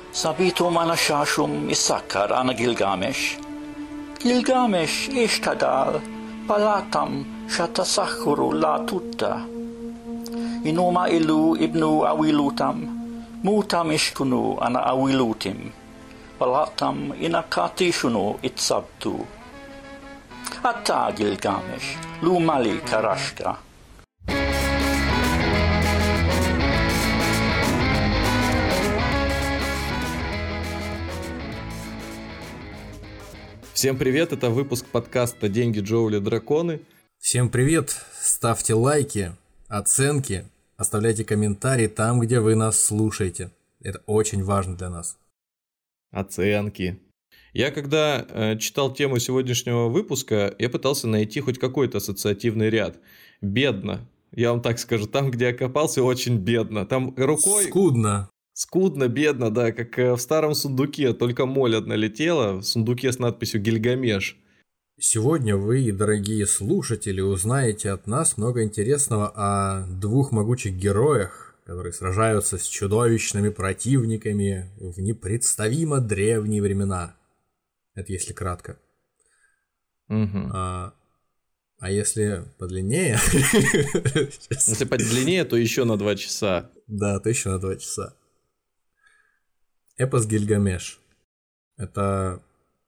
Sabitum anashashum isakar ana Gilgamesh. Gilgamesh ishtadal palatam shatasachuru la tutta. Inuma ilu ibnu awilutam, mutam ishkunu ana awilutim. Palatam inakatishunu itsabtu. Atta Gilgamesh, lumali karashka. Всем привет, это выпуск подкаста «Деньги, Джоули, драконы». Всем привет, ставьте лайки, оценки, оставляйте комментарии там, где вы нас слушаете. Это очень важно для нас. Оценки. Я когда читал тему сегодняшнего выпуска, я пытался найти хоть какой-то ассоциативный ряд. Бедно. Я вам так скажу, там, где я копался, очень бедно. Там рукой... Скудно, бедно, да, как в старом сундуке, только моль одна летела, в сундуке с надписью «Гильгамеш». Сегодня вы, дорогие слушатели, узнаете от нас много интересного о двух могучих героях, которые сражаются с чудовищными противниками в непредставимо древние времена. Это если кратко. Угу. А если подлиннее... Если подлиннее, то еще на 2 часа. Да, то еще на 2 часа. Эпос Гильгамеш. Это,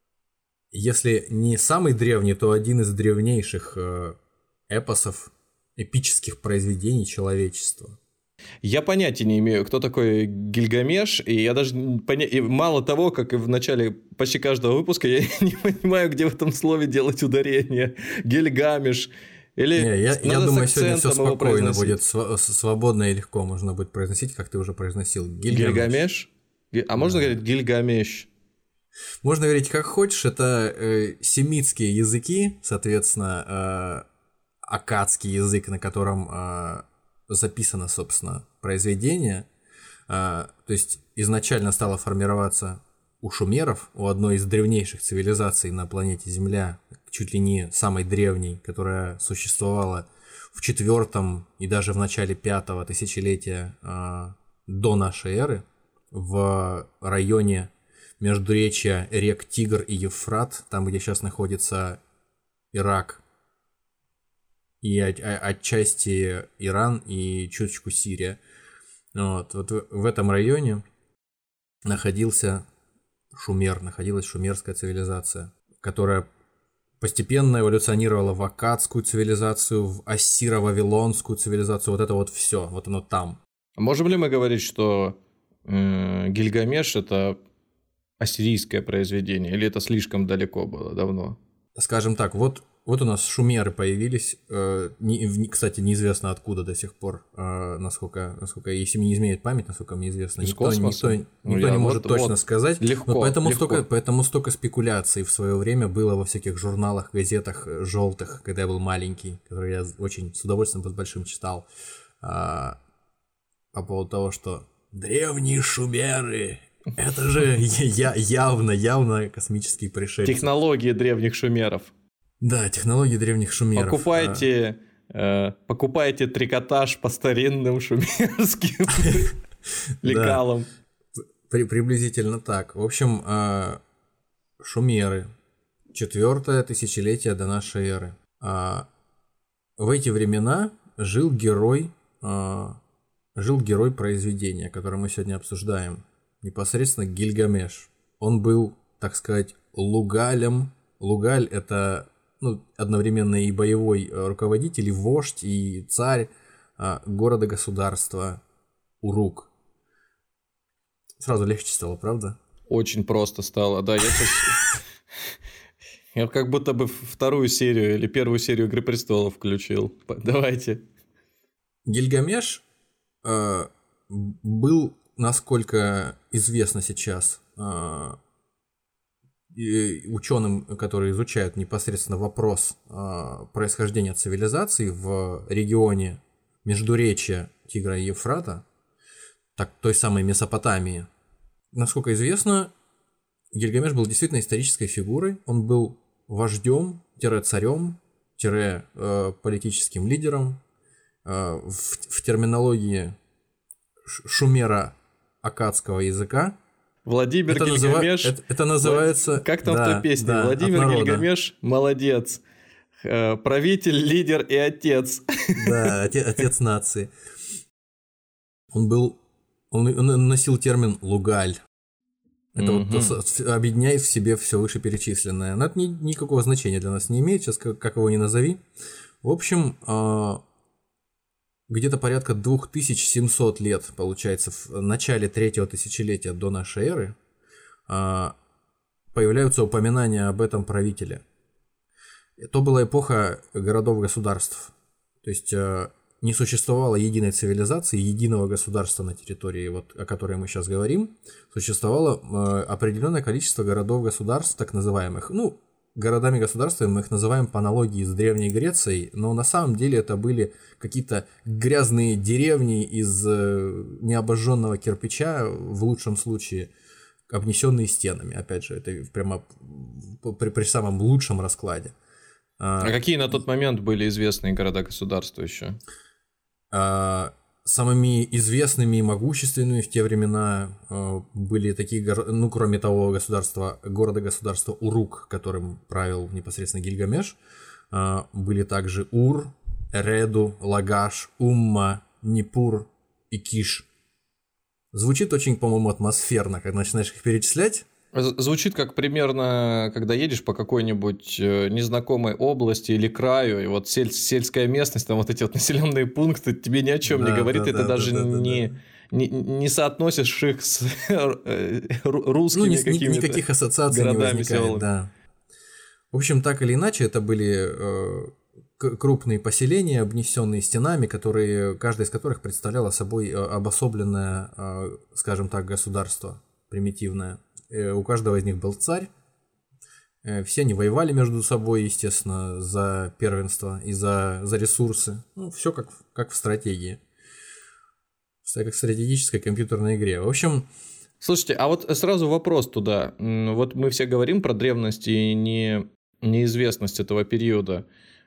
если не самый древний, то один из древнейших эпосов, эпических произведений человечества. Я понятия не имею, кто такой Гильгамеш, и я даже и мало того, как и в начале почти каждого выпуска, я не понимаю, где в этом слове делать ударение. Гильгамеш. Или я думаю, сегодня все спокойно будет, свободно и легко можно будет произносить, как ты уже произносил. Гильгамеш? А можно говорить Гильгамеш? Можно говорить как хочешь, это семитские языки, соответственно, аккадский язык, на котором записано, собственно, произведение. То есть изначально стало формироваться у шумеров, у одной из древнейших цивилизаций на планете Земля, чуть ли не самой древней, которая существовала в 4 и даже в начале 5 тысячелетия до нашей эры, в районе междуречья рек Тигр и Евфрат, там, где сейчас находится Ирак, и отчасти Иран и чуточку Сирия. Вот в этом районе находилась шумерская цивилизация, которая постепенно эволюционировала в аккадскую цивилизацию, в ассиро-вавилонскую цивилизацию, вот это вот все, вот оно там. Можем ли мы говорить, что Гильгамеш – это ассирийское произведение, или это слишком далеко было, давно? Скажем так, вот у нас шумеры появились, кстати, неизвестно откуда до сих пор, насколько, если мне не изменяет память, насколько мне известно, никто не может точно сказать, легко, но поэтому столько спекуляций в свое время было во всяких журналах, газетах желтых, когда я был маленький, которые я очень с удовольствием под большим читал, по поводу того, что древние шумеры, это же явно космические пришельцы. Технологии древних шумеров. Да, технологии древних шумеров. Покупайте трикотаж по старинным шумерским лекалам. Приблизительно так. В общем, шумеры. 4 тысячелетие до нашей эры. В эти времена жил герой произведения, которое мы сегодня обсуждаем. Непосредственно Гильгамеш. Он был, так сказать, Лугалем. Лугаль – это одновременно и боевой руководитель, и вождь, и царь города-государства Урук. Сразу легче стало, правда? Очень просто стало, да. Я как будто бы 2 серию или 1 серию «Игры престолов» включил. Давайте. Гильгамеш был, насколько известно сейчас, ученым, которые изучают непосредственно вопрос происхождения цивилизаций в регионе междуречья Тигра и Евфрата, той самой Месопотамии. Насколько известно, Гильгамеш был действительно исторической фигурой. Он был вождем, царем, политическим лидером. В терминологии шумеро-аккадского языка Владимир Гильгамеш. Это называется... Как там в той песне? Владимир Гильгамеш молодец. Правитель, лидер и отец. Да, отец нации. Он носил термин «лугаль». Это вот объединяет в себе все вышеперечисленное. Но это никакого значения для нас не имеет, сейчас как его ни назови. В общем, где-то порядка 2700 лет, получается, в начале 3-го тысячелетия до нашей эры появляются упоминания об этом правителе. То была эпоха городов-государств. То есть не существовало единой цивилизации, единого государства на территории, вот, о которой мы сейчас говорим. Существовало определенное количество городов-государств, так называемых. Ну, городами-государствами мы их называем по аналогии с Древней Грецией, но на самом деле это были какие-то грязные деревни из необожженного кирпича, в лучшем случае обнесенные стенами. Опять же, это прямо при самом лучшем раскладе. А какие на тот момент были известные города-государства еще? Самыми известными и могущественными в те времена были такие, ну, кроме того города-государства Урук, которым правил непосредственно Гильгамеш, были также Ур, Эреду, Лагаш, Умма, Нипур и Киш. Звучит очень, по-моему, атмосферно, когда начинаешь их перечислять. Звучит как примерно, когда едешь по какой-нибудь незнакомой области или краю, и вот сельская местность, там вот эти вот населенные пункты тебе ни о чем не говорит, и ты даже не соотносишь их с русскими какими-то никаких ассоциаций городами, не возникает, селами. Да. В общем, так или иначе, это были крупные поселения, обнесенные стенами, каждая из которых представляла собой обособленное, скажем так, государство примитивное. У каждого из них был царь. Все они воевали между собой, естественно, за первенство и за ресурсы. Ну, все как в стратегии. Как в стратегической компьютерной игре. В общем... Слушайте, а вот сразу вопрос туда. Вот мы все говорим про древность и неизвестность этого периода.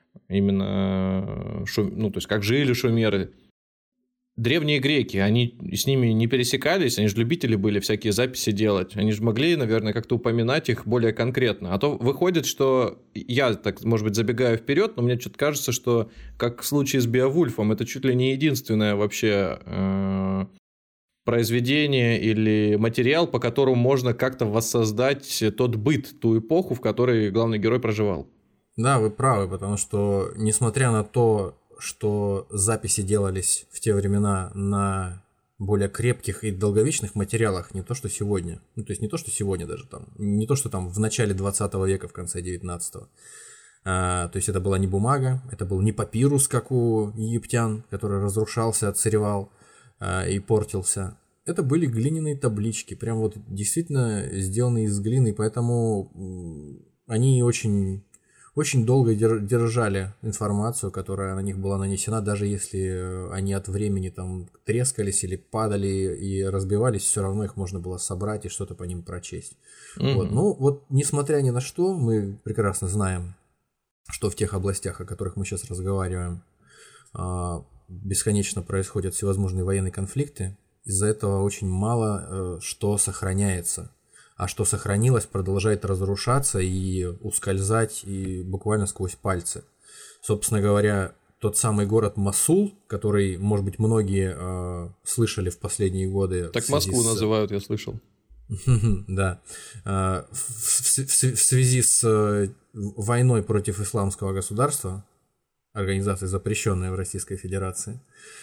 Именно, ну, то есть, как жили шумеры. Древние греки, они с ними не пересекались, они же любители были всякие записи делать. Они же могли, наверное, как-то упоминать их более конкретно. А то выходит, что я, так, может быть, забегаю вперед, но мне что-то кажется, что, как в случае с Беовульфом, это чуть ли не единственное вообще произведение или материал, по которому можно как-то воссоздать тот быт, ту эпоху, в которой главный герой проживал. Да, вы правы, потому что, несмотря на то, что записи делались в те времена на более крепких и долговечных материалах, не то что сегодня. Ну, то есть не то, что сегодня даже там, не то, что там в начале 20 века, в конце 19-го. То есть это была не бумага, это был не папирус, как у египтян, который разрушался, отсыревал и портился. Это были глиняные таблички, прям вот действительно сделанные из глины, поэтому они очень долго держали информацию, которая на них была нанесена, даже если они от времени там трескались или падали и разбивались, все равно их можно было собрать и что-то по ним прочесть. Вот. Ну вот, несмотря ни на что, мы прекрасно знаем, что в тех областях, о которых мы сейчас разговариваем, бесконечно происходят всевозможные военные конфликты. Из-за этого очень мало что сохраняется. А что сохранилось, продолжает разрушаться и ускользать и буквально сквозь пальцы. Собственно говоря, тот самый город Мосул, который, может быть, многие слышали в последние годы. Так Москву называют, я слышал. Да. В связи с войной против исламского государства, организации, запрещенной в Российской Федерации,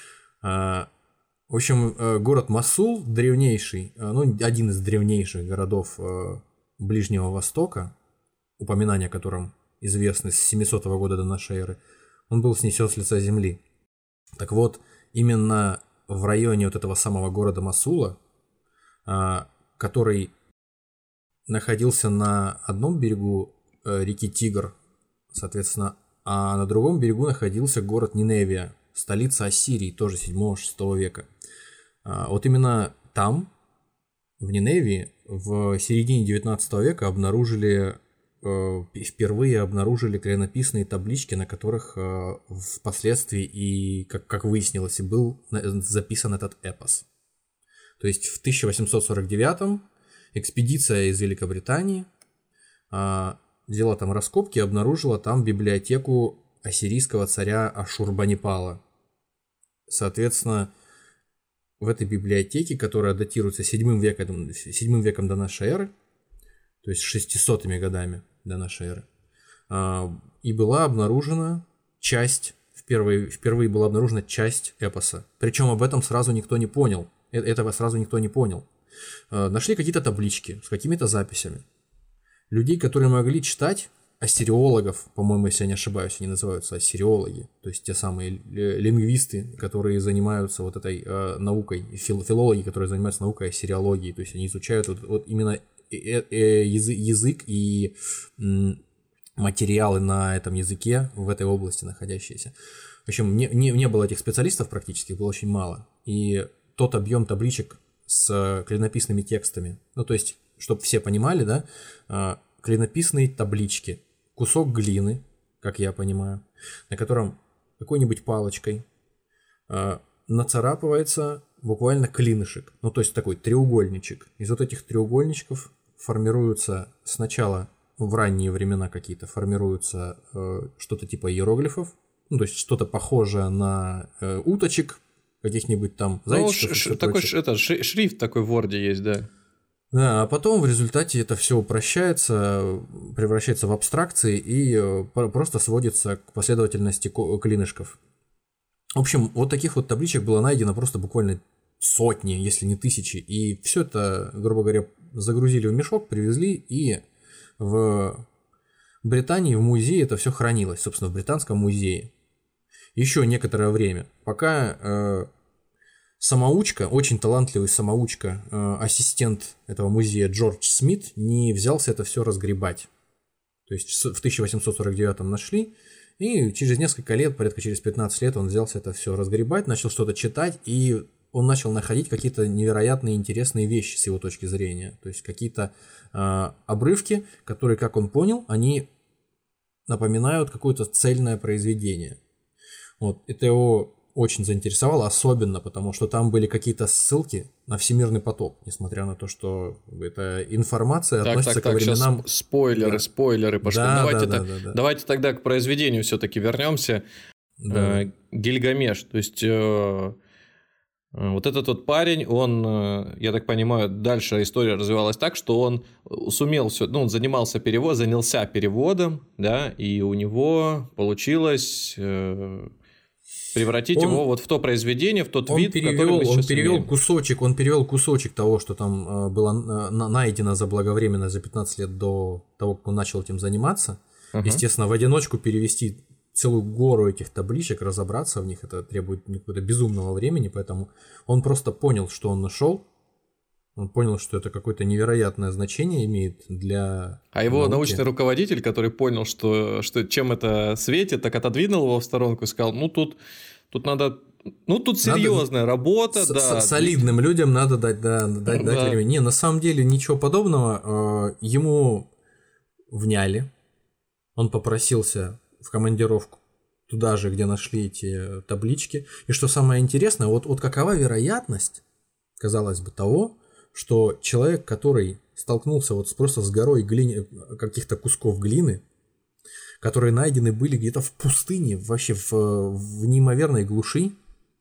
в общем, город Мосул, древнейший, ну, один из древнейших городов Ближнего Востока, упоминания о котором известны с 700 года до нашей эры, он был снесен с лица земли. Так вот, именно в районе вот этого самого города Мосула, который находился на одном берегу реки Тигр, соответственно, а на другом берегу находился город Ниневия, столица Ассирии, тоже 7-6 века. Вот именно там, в Ниневии, в середине 19 века впервые обнаружили клинописные таблички, на которых впоследствии и, как выяснилось, и был записан этот эпос. То есть в 1849 экспедиция из Великобритании делала там раскопки и обнаружила там библиотеку ассирийского царя Ашурбанипала. Соответственно, в этой библиотеке, которая датируется 7 веком до нашей эры, то есть 600-ми годами до нашей эры, и была обнаружена впервые была обнаружена часть эпоса. Причем об этом сразу никто не понял. Этого сразу никто не понял. Нашли какие-то таблички с какими-то записями. Людей, которые могли читать, ассириологов, по-моему, если я не ошибаюсь, они называются ассириологи, то есть те самые лингвисты, которые занимаются вот этой наукой, филологи, которые занимаются наукой ассириологии, то есть они изучают вот именно язык и материалы на этом языке в этой области находящиеся. В общем, не было этих специалистов практически, было очень мало. И тот объем табличек с клинописными текстами, ну то есть, чтобы все понимали, да, клинописные таблички, кусок глины, как я понимаю, на котором какой-нибудь палочкой нацарапывается буквально клинышек, ну то есть такой треугольничек. Из вот этих треугольничков формируются сначала в ранние времена какие-то формируются что-то типа иероглифов, ну то есть что-то похожее на уточек, каких-нибудь там зайчиков. Ну, такой шрифт такой в Word есть, да. Да, а потом в результате это все упрощается, превращается в абстракции и просто сводится к последовательности клинышков. В общем, вот таких вот табличек было найдено просто буквально сотни, если не тысячи. И все это, грубо говоря, загрузили в мешок, привезли, и в Британии, в музее это все хранилось, собственно, в Британском музее. Еще некоторое время, пока самоучка, очень талантливый самоучка, ассистент этого музея Джордж Смит не взялся это все разгребать. То есть в 1849 нашли, и через несколько лет, порядка через 15 лет он взялся это все разгребать, начал что-то читать, и он начал находить какие-то невероятные интересные вещи с его точки зрения. То есть какие-то обрывки, которые, как он понял, они напоминают какое-то цельное произведение. Вот. Это его очень заинтересовало, особенно потому, что там были какие-то ссылки на всемирный потоп, несмотря на то, что эта информация относится к временам... Спойлеры пошли. Давайте тогда к произведению все-таки вернемся. Да. Гильгамеш, то есть вот этот вот парень, он, я так понимаю, дальше история развивалась так, что он сумел все, ну, он занялся переводом, да, и у него получилось превратить его вот в то произведение, в тот вид, который мы сейчас имеем. Он перевел кусочек того, что там было найдено заблаговременно за 15 лет до того, как он начал этим заниматься. Естественно, в одиночку перевести целую гору этих табличек, разобраться в них, это требует какого-то безумного времени, поэтому он просто понял, что он нашел. Он понял, что это какое-то невероятное значение имеет для А его науки. научный руководитель, который понял, что чем это светит, так отодвинул его в сторонку и сказал, тут надо... Ну, тут серьезная работа, да. Солидным людям надо дать время. Не, на самом деле ничего подобного. Ему вняли. Он попросился в командировку туда же, где нашли эти таблички. И что самое интересное, вот какова вероятность, казалось бы, того, что человек, который столкнулся вот просто с горой каких-то кусков глины, которые найдены были где-то в пустыне, вообще в неимоверной глуши,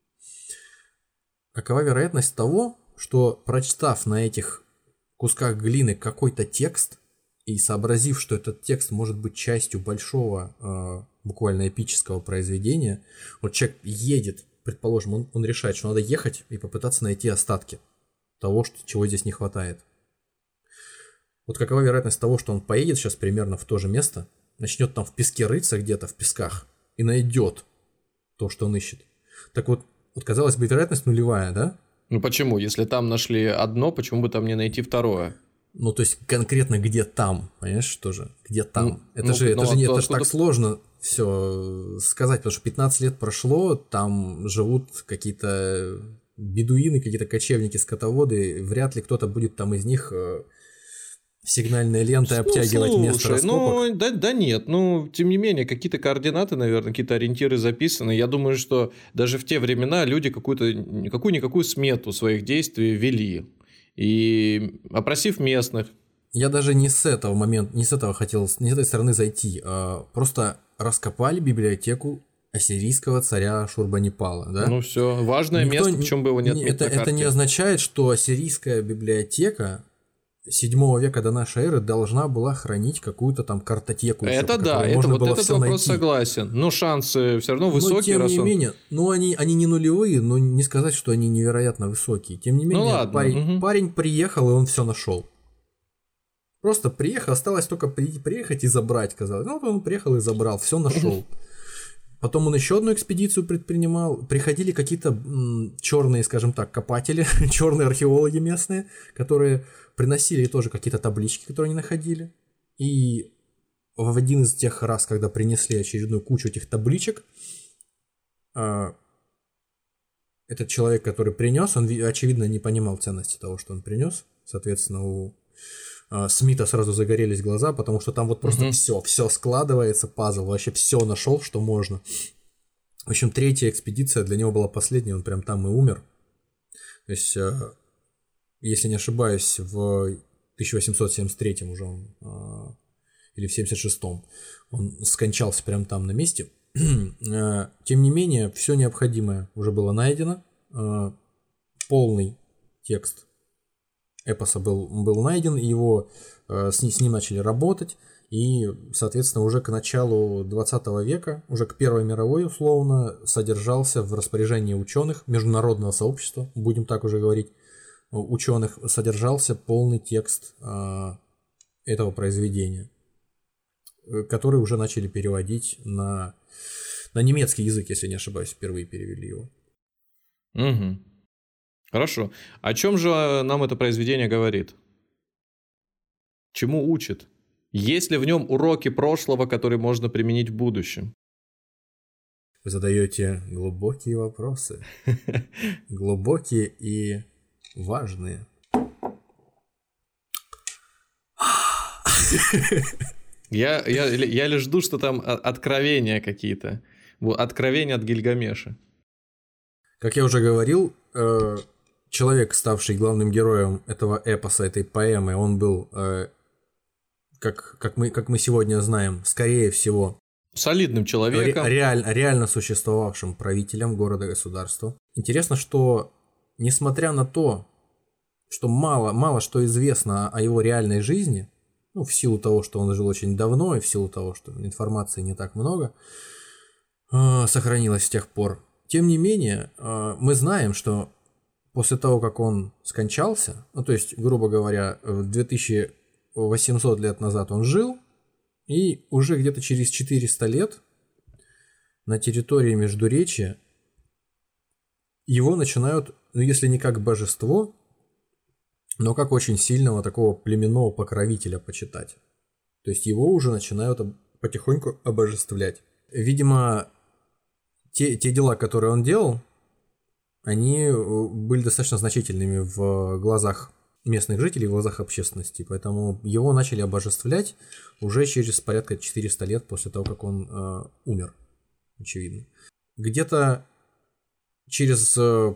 какова вероятность того, что, прочитав на этих кусках глины какой-то текст и сообразив, что этот текст может быть частью большого, буквально эпического произведения, вот человек едет, предположим, он решает, что надо ехать и попытаться найти остатки того, чего здесь не хватает. Вот какова вероятность того, что он поедет сейчас примерно в то же место, начнет там в песке рыться где-то в песках и найдет то, что он ищет. Так вот казалось бы, вероятность нулевая, да? Ну почему? Если там нашли одно, почему бы там не найти второе? Ну, то есть конкретно где там, понимаешь, тоже? Где там? Это же так сложно все сказать, потому что 15 лет прошло, там живут какие-то бедуины, какие-то кочевники, скотоводы, вряд ли кто-то будет там из них сигнальной лентой обтягивать место раскопок. Да нет, тем не менее, какие-то координаты, наверное, какие-то ориентиры записаны. Я думаю, что даже в те времена люди какую-никакую смету своих действий вели. и опросив местных. Я даже не с этого момента, не с этой стороны зайти, а просто раскопали библиотеку ассирийского царя Шурбанипала, да? Ну все, важное место, причем бы его не отметить на карте. Это не означает, что ассирийская библиотека 7 века до нашей эры должна была хранить какую-то там картотеку. Это да, это вот этот вопрос согласен. Но шансы все равно высокие. Но тем не менее, они не нулевые, но не сказать, что они невероятно высокие. Тем не менее, парень приехал, и он все нашел. Просто приехал, осталось только приехать и забрать, казалось. Ну, вот он приехал и забрал, все нашел. Потом он еще одну экспедицию предпринимал. Приходили какие-то черные, скажем так, копатели, черные археологи местные, которые приносили тоже какие-то таблички, которые они находили. И в один из тех раз, когда принесли очередную кучу этих табличек, этот человек, который принес, он, очевидно, не понимал ценности того, что он принес. Соответственно, у Смита сразу загорелись глаза, потому что там вот просто все складывается, пазл, вообще все нашел, что можно. В общем, 3-я экспедиция для него была последняя, он прям там и умер. То есть, если не ошибаюсь, в 1873 уже он, или в 76-м, он скончался прям там на месте. Тем не менее, все необходимое уже было найдено. Полный текст эпоса был найден, и его с ним начали работать, и, соответственно, уже к началу 20 века, уже к Первой мировой, условно, содержался в распоряжении ученых, международного сообщества, будем так уже говорить, ученых, содержался полный текст этого произведения, который уже начали переводить на немецкий язык, если не ошибаюсь, впервые перевели его. Угу. Хорошо. О чем же нам это произведение говорит? Чему учит? Есть ли в нем уроки прошлого, которые можно применить в будущем? Вы задаете глубокие вопросы. Глубокие и важные. Я лишь жду, что там откровения какие-то. Откровения от Гильгамеша. Как я уже говорил, человек, ставший главным героем этого эпоса, этой поэмы, он был, как мы сегодня знаем, скорее всего, солидным человеком, реально существовавшим правителем города-государства. Интересно, что несмотря на то, что мало что известно о его реальной жизни, ну, в силу того, что он жил очень давно, и в силу того, что информации не так много сохранилось с тех пор, тем не менее, мы знаем, что после того, как он скончался, ну, то есть, грубо говоря, 2800 лет назад он жил, и уже где-то через 400 лет на территории Междуречия его начинают, ну, если не как божество, но как очень сильного такого племенного покровителя почитать. То есть его уже начинают потихоньку обожествлять. Видимо, те дела, которые он делал, они были достаточно значительными в глазах местных жителей, в глазах общественности. Поэтому его начали обожествлять уже через порядка 400 лет после того, как он умер, очевидно. Где-то через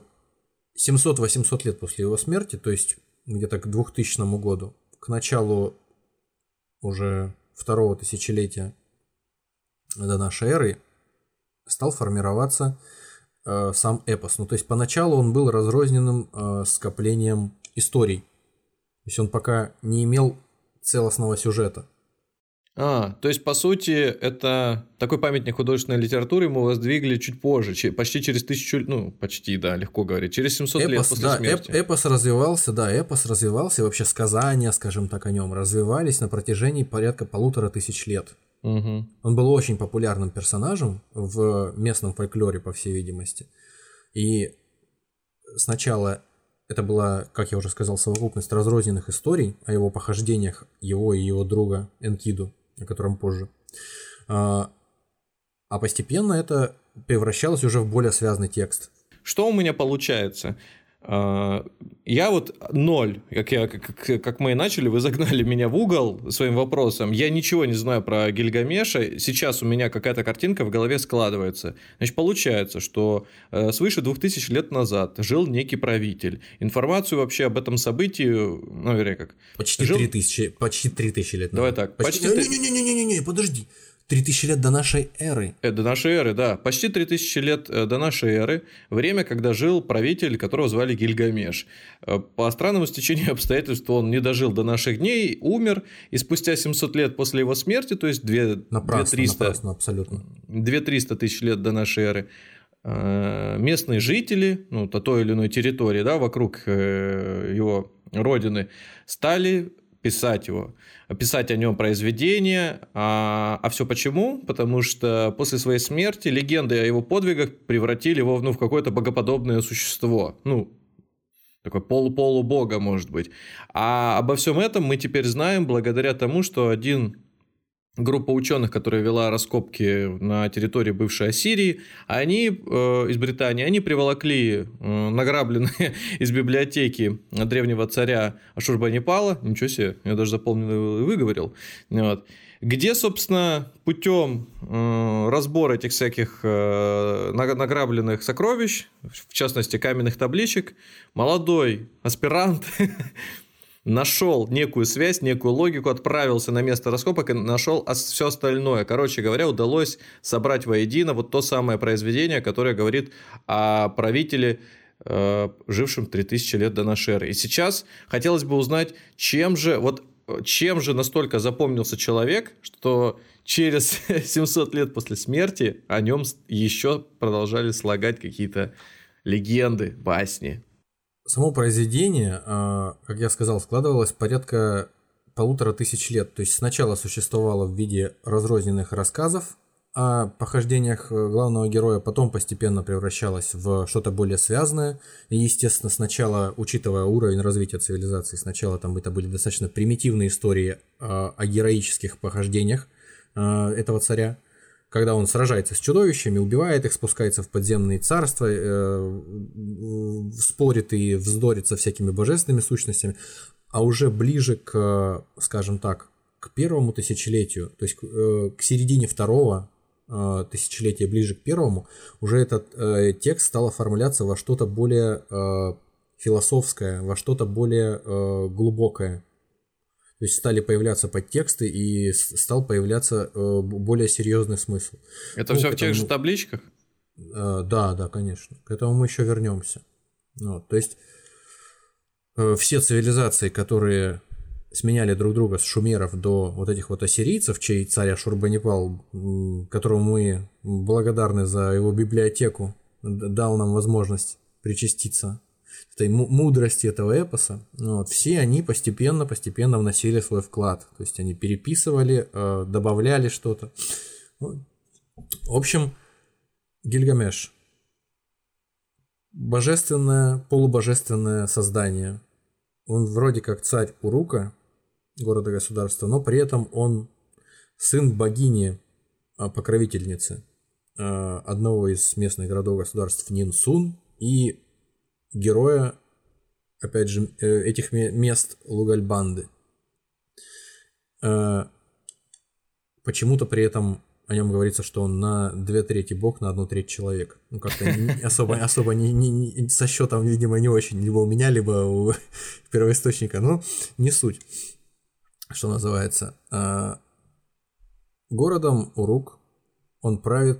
700-800 лет после его смерти, то есть где-то к 2000 году, к началу уже 2-го тысячелетия до нашей эры, стал формироваться сам эпос. Ну, то есть поначалу он был разрозненным скоплением историй. То есть он пока не имел целостного сюжета. То есть, по сути, это такой памятник художественной литературы мы воздвигли чуть позже, почти через 1000, ну, почти, да, легко говорить, через 700 лет после смерти. Эпос развивался, и вообще сказания, скажем так, о нем развивались на протяжении порядка 1500 лет. Угу. Он был очень популярным персонажем в местном фольклоре, по всей видимости. И сначала это была, как я уже сказал, совокупность разрозненных историй о его похождениях, его и его друга Энкиду, о котором позже. А постепенно это превращалось уже в более связанный текст. Что у меня получается? Я вот ноль, как мы и начали, вы загнали меня в угол своим вопросом. Я ничего не знаю про Гильгамеша. Сейчас у меня какая-то картинка в голове складывается. Значит, получается, что свыше 2000 лет назад жил некий правитель. Информацию вообще об этом событии, наверное, как... Почти 3000 лет назад. Давай так. Не, подожди. 3000 лет до нашей эры. До нашей эры, да. Почти 3000 лет до нашей эры. Время, когда жил правитель, которого звали Гильгамеш. По странному стечению обстоятельств он не дожил до наших дней, умер. И спустя 700 лет после его смерти, то есть 2-300 тысяч лет до нашей эры, местные жители, ну, той или иной территории, да, вокруг его родины, стали писать о нем произведения. А все почему? Потому что после своей смерти легенды о его подвигах превратили его в какое-то богоподобное существо. Ну, такое полубога, может быть. А обо всем этом мы теперь знаем благодаря тому, что группа ученых, которая вела раскопки на территории бывшей Ассирии, они из Британии, они приволокли награбленные из библиотеки древнего царя Ашурбанипала, ничего себе, я даже запомнил и выговорил, вот, где, собственно, путем разбора этих всяких награбленных сокровищ, в частности каменных табличек, молодой аспирант нашел некую связь, некую логику, отправился на место раскопок и нашел все остальное. Короче говоря, удалось собрать воедино вот то самое произведение, которое говорит о правителе, жившем 3000 лет до нашей эры. И сейчас хотелось бы узнать, чем же настолько запомнился человек, что через 700 лет после смерти о нем еще продолжали слагать какие-то легенды, басни. Само произведение, как я сказал, складывалось порядка 1500 лет. То есть сначала существовало в виде разрозненных рассказов о похождениях главного героя, потом постепенно превращалось в что-то более связанное. И, естественно, сначала, учитывая уровень развития цивилизации, сначала там это были достаточно примитивные истории о героических похождениях этого царя, когда он сражается с чудовищами, убивает их, спускается в подземные царства, спорит и вздорит со всякими божественными сущностями, а уже ближе к, скажем так, к первому тысячелетию, то есть к середине второго тысячелетия, ближе к первому, уже этот текст стал оформляться во что-то более философское, во что-то более глубокое. То есть стали появляться подтексты и стал появляться более серьезный смысл. Это все в тех же табличках? Да, конечно. К этому мы еще вернемся. Вот, то есть все цивилизации, которые сменяли друг друга с шумеров до вот этих вот ассирийцев, чей царь Ашурбанипал, которому мы благодарны за его библиотеку, дал нам возможность причаститься этой мудрости этого эпоса, вот, все они постепенно вносили свой вклад. То есть они переписывали, добавляли что-то. В общем, Гильгамеш – божественное, полубожественное создание. Он вроде как царь Урука, города-государства, но при этом он сын богини-покровительницы одного из местных городов-государств Нинсун и героя, опять же, этих мест Лугальбанды. Почему-то при этом о нем говорится, что он на 2/3 бог, на 1/3 человек. Ну, как-то особо со счетом, видимо, не очень. Либо у меня, либо у первоисточника. Но не суть, что называется. Городом Урук он правит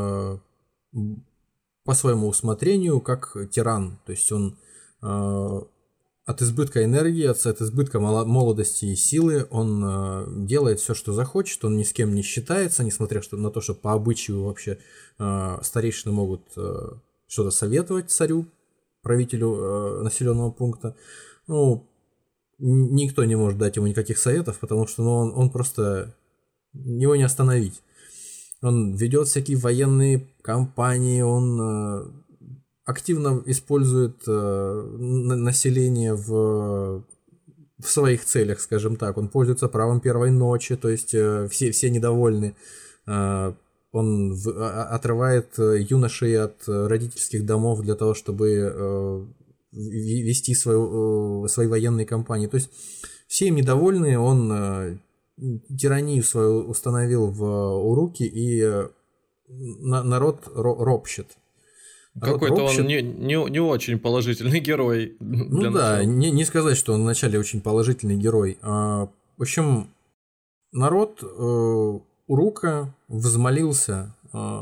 по своему усмотрению, как тиран. То есть он от избытка энергии, от избытка молодости и силы, он делает все, что захочет, он ни с кем не считается, несмотря на то, что по обычаю вообще старейшины могут что-то советовать царю, правителю населенного пункта. Ну, никто не может дать ему никаких советов, потому что он просто... его не остановить. Он ведет всякие военные кампании, он активно использует население в своих целях, скажем так. Он пользуется правом первой ночи, то есть все недовольны. Он отрывает юношей от родительских домов для того, чтобы вести свои военные кампании. То есть все им недовольны, он тиранию свою установил в Уруке, и народ ропщет. Какой-то он не очень положительный герой. Ну да, не сказать, что он вначале очень положительный герой. В общем, народ Урука взмолился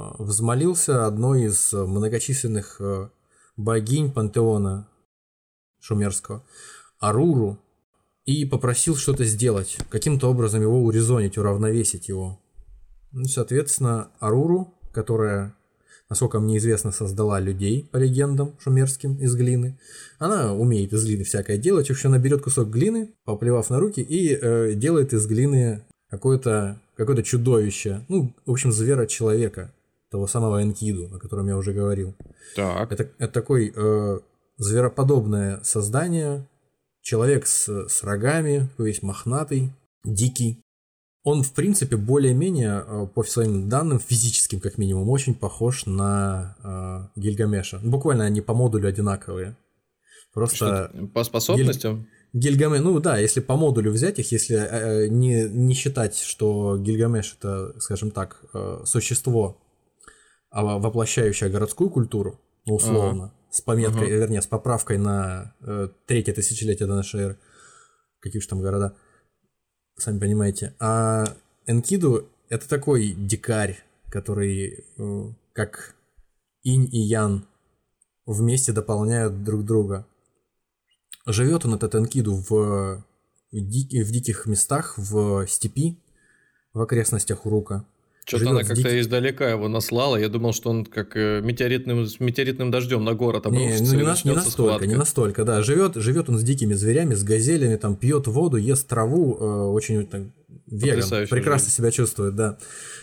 одной из многочисленных богинь пантеона шумерского, Аруру, и попросил что-то сделать, каким-то образом его урезонить, уравновесить его. Ну, соответственно, Аруру, которая, насколько мне известно, создала людей, по легендам шумерским, из глины, она умеет из глины всякое делать. В общем, она берет кусок глины, поплевав на руки, и делает из глины какое-то чудовище, ну, в общем, звера-человека, того самого Энкиду, о котором я уже говорил. Так. Это такой звероподобное создание, человек с рогами, весь мохнатый, дикий. Он, в принципе, более-менее, по своим данным, физическим, как минимум, очень похож на Гильгамеша. Буквально они по модулю одинаковые. Просто по способностям? Гильгамеш, ну да, если по модулю взять их, если не считать, что Гильгамеш — это, скажем так, существо, воплощающее городскую культуру, ну, условно, с пометкой, вернее, с поправкой на третье тысячелетие до нашей эры, какие уж там города, сами понимаете. А Энкиду — это такой дикарь, который, как инь и ян, вместе дополняют друг друга. Живет он, этот Энкиду, в диких местах, в степи, в окрестностях Урука. Что-то она как-то издалека его наслала. Я думал, что он как метеоритным дождем на город обрушится. Не настолько, да. Живет он с дикими зверями, с газелями, там пьет воду, ест траву, очень веган, прекрасно себя чувствует, да.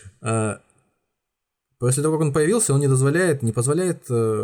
После того, как он появился, он не позволяет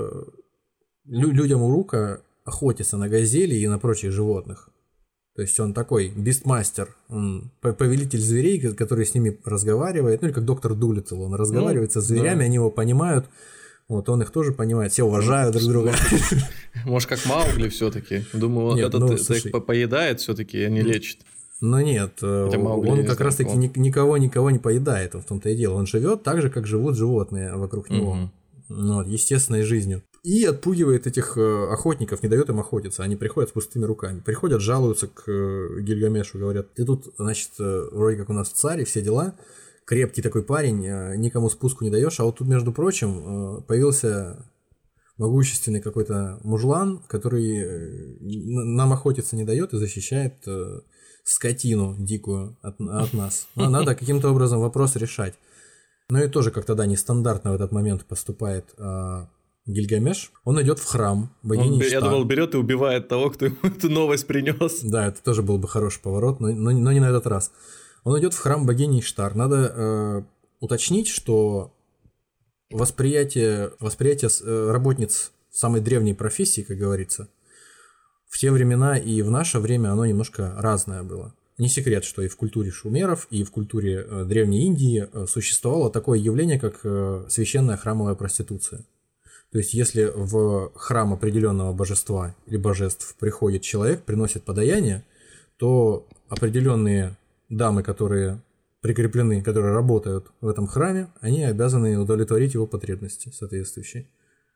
людям Урука охотиться на газели и на прочих животных. То есть он такой бистмастер, он повелитель зверей, который с ними разговаривает, ну или как доктор Дулиттл, он разговаривает со зверями, да. Они его понимают, вот он их тоже понимает, все уважают друг друга. Может, как Маугли все-таки? Думаю, это их поедает все-таки, а не лечит. Ну нет, он как раз-таки никого не поедает, в том-то и дело. Он живет так же, как живут животные вокруг него, естественной жизнью. И отпугивает этих охотников, не дает им охотиться. Они приходят с пустыми руками. Приходят, жалуются к Гильгамешу, говорят: ты тут, значит, вроде как у нас царь и все дела, крепкий такой парень, никому спуску не даешь, а вот тут, между прочим, появился могущественный какой-то мужлан, который нам охотиться не дает и защищает скотину дикую от нас. Надо каким-то образом вопрос решать. Ну и тоже как-то, да, нестандартно в этот момент поступает Гильгамеш. Он идет в храм богини Иштар. Я думал, берет и убивает того, кто ему эту новость принес. Да, это тоже был бы хороший поворот, но не на этот раз. Он идет в храм богини Иштар. Надо уточнить, что восприятие работниц самой древней профессии, как говорится, в те времена и в наше время оно немножко разное было. Не секрет, что и в культуре шумеров, и в культуре Древней Индии существовало такое явление, как священная храмовая проституция. То есть, если в храм определенного божества или божеств приходит человек, приносит подаяние, то определенные дамы, которые прикреплены, которые работают в этом храме, они обязаны удовлетворить его потребности соответствующие.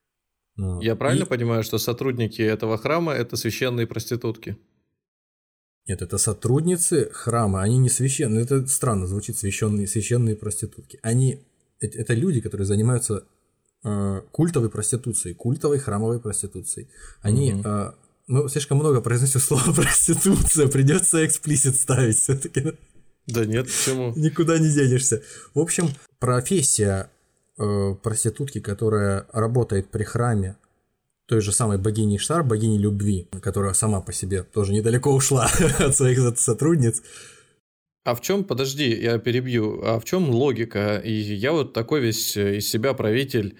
Я правильно понимаю, что сотрудники этого храма – это священные проститутки? Нет, это сотрудницы храма, они не священные, это странно звучит, священные проститутки. Это люди, которые занимаются культовой проституцией, культовой храмовой проституцией. Они, слишком много произносим слово проституция, придется эксплисит ставить все-таки. Да нет, почему? Никуда не денешься. В общем, профессия проститутки, которая работает при храме той же самой богини Иштар, богини любви, которая сама по себе тоже недалеко ушла от своих сотрудниц. А в чем, подожди, я перебью, а в чем логика? И я вот такой весь из себя правитель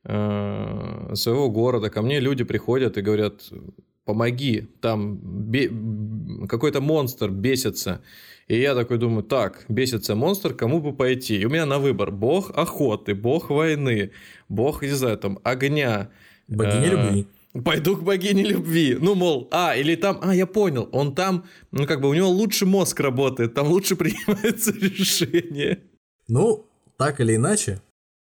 своего города, ко мне люди приходят и говорят: помоги, там какой-то монстр бесится. И я такой думаю: так, бесится монстр, кому бы пойти? И у меня на выбор: бог охоты, бог войны, бог, не знаю, там, огня. Богиня любви. Пойду к богине любви. Ну, мол, или там, я понял, он там, у него лучше мозг работает, там лучше принимаются решения. Ну, так или иначе.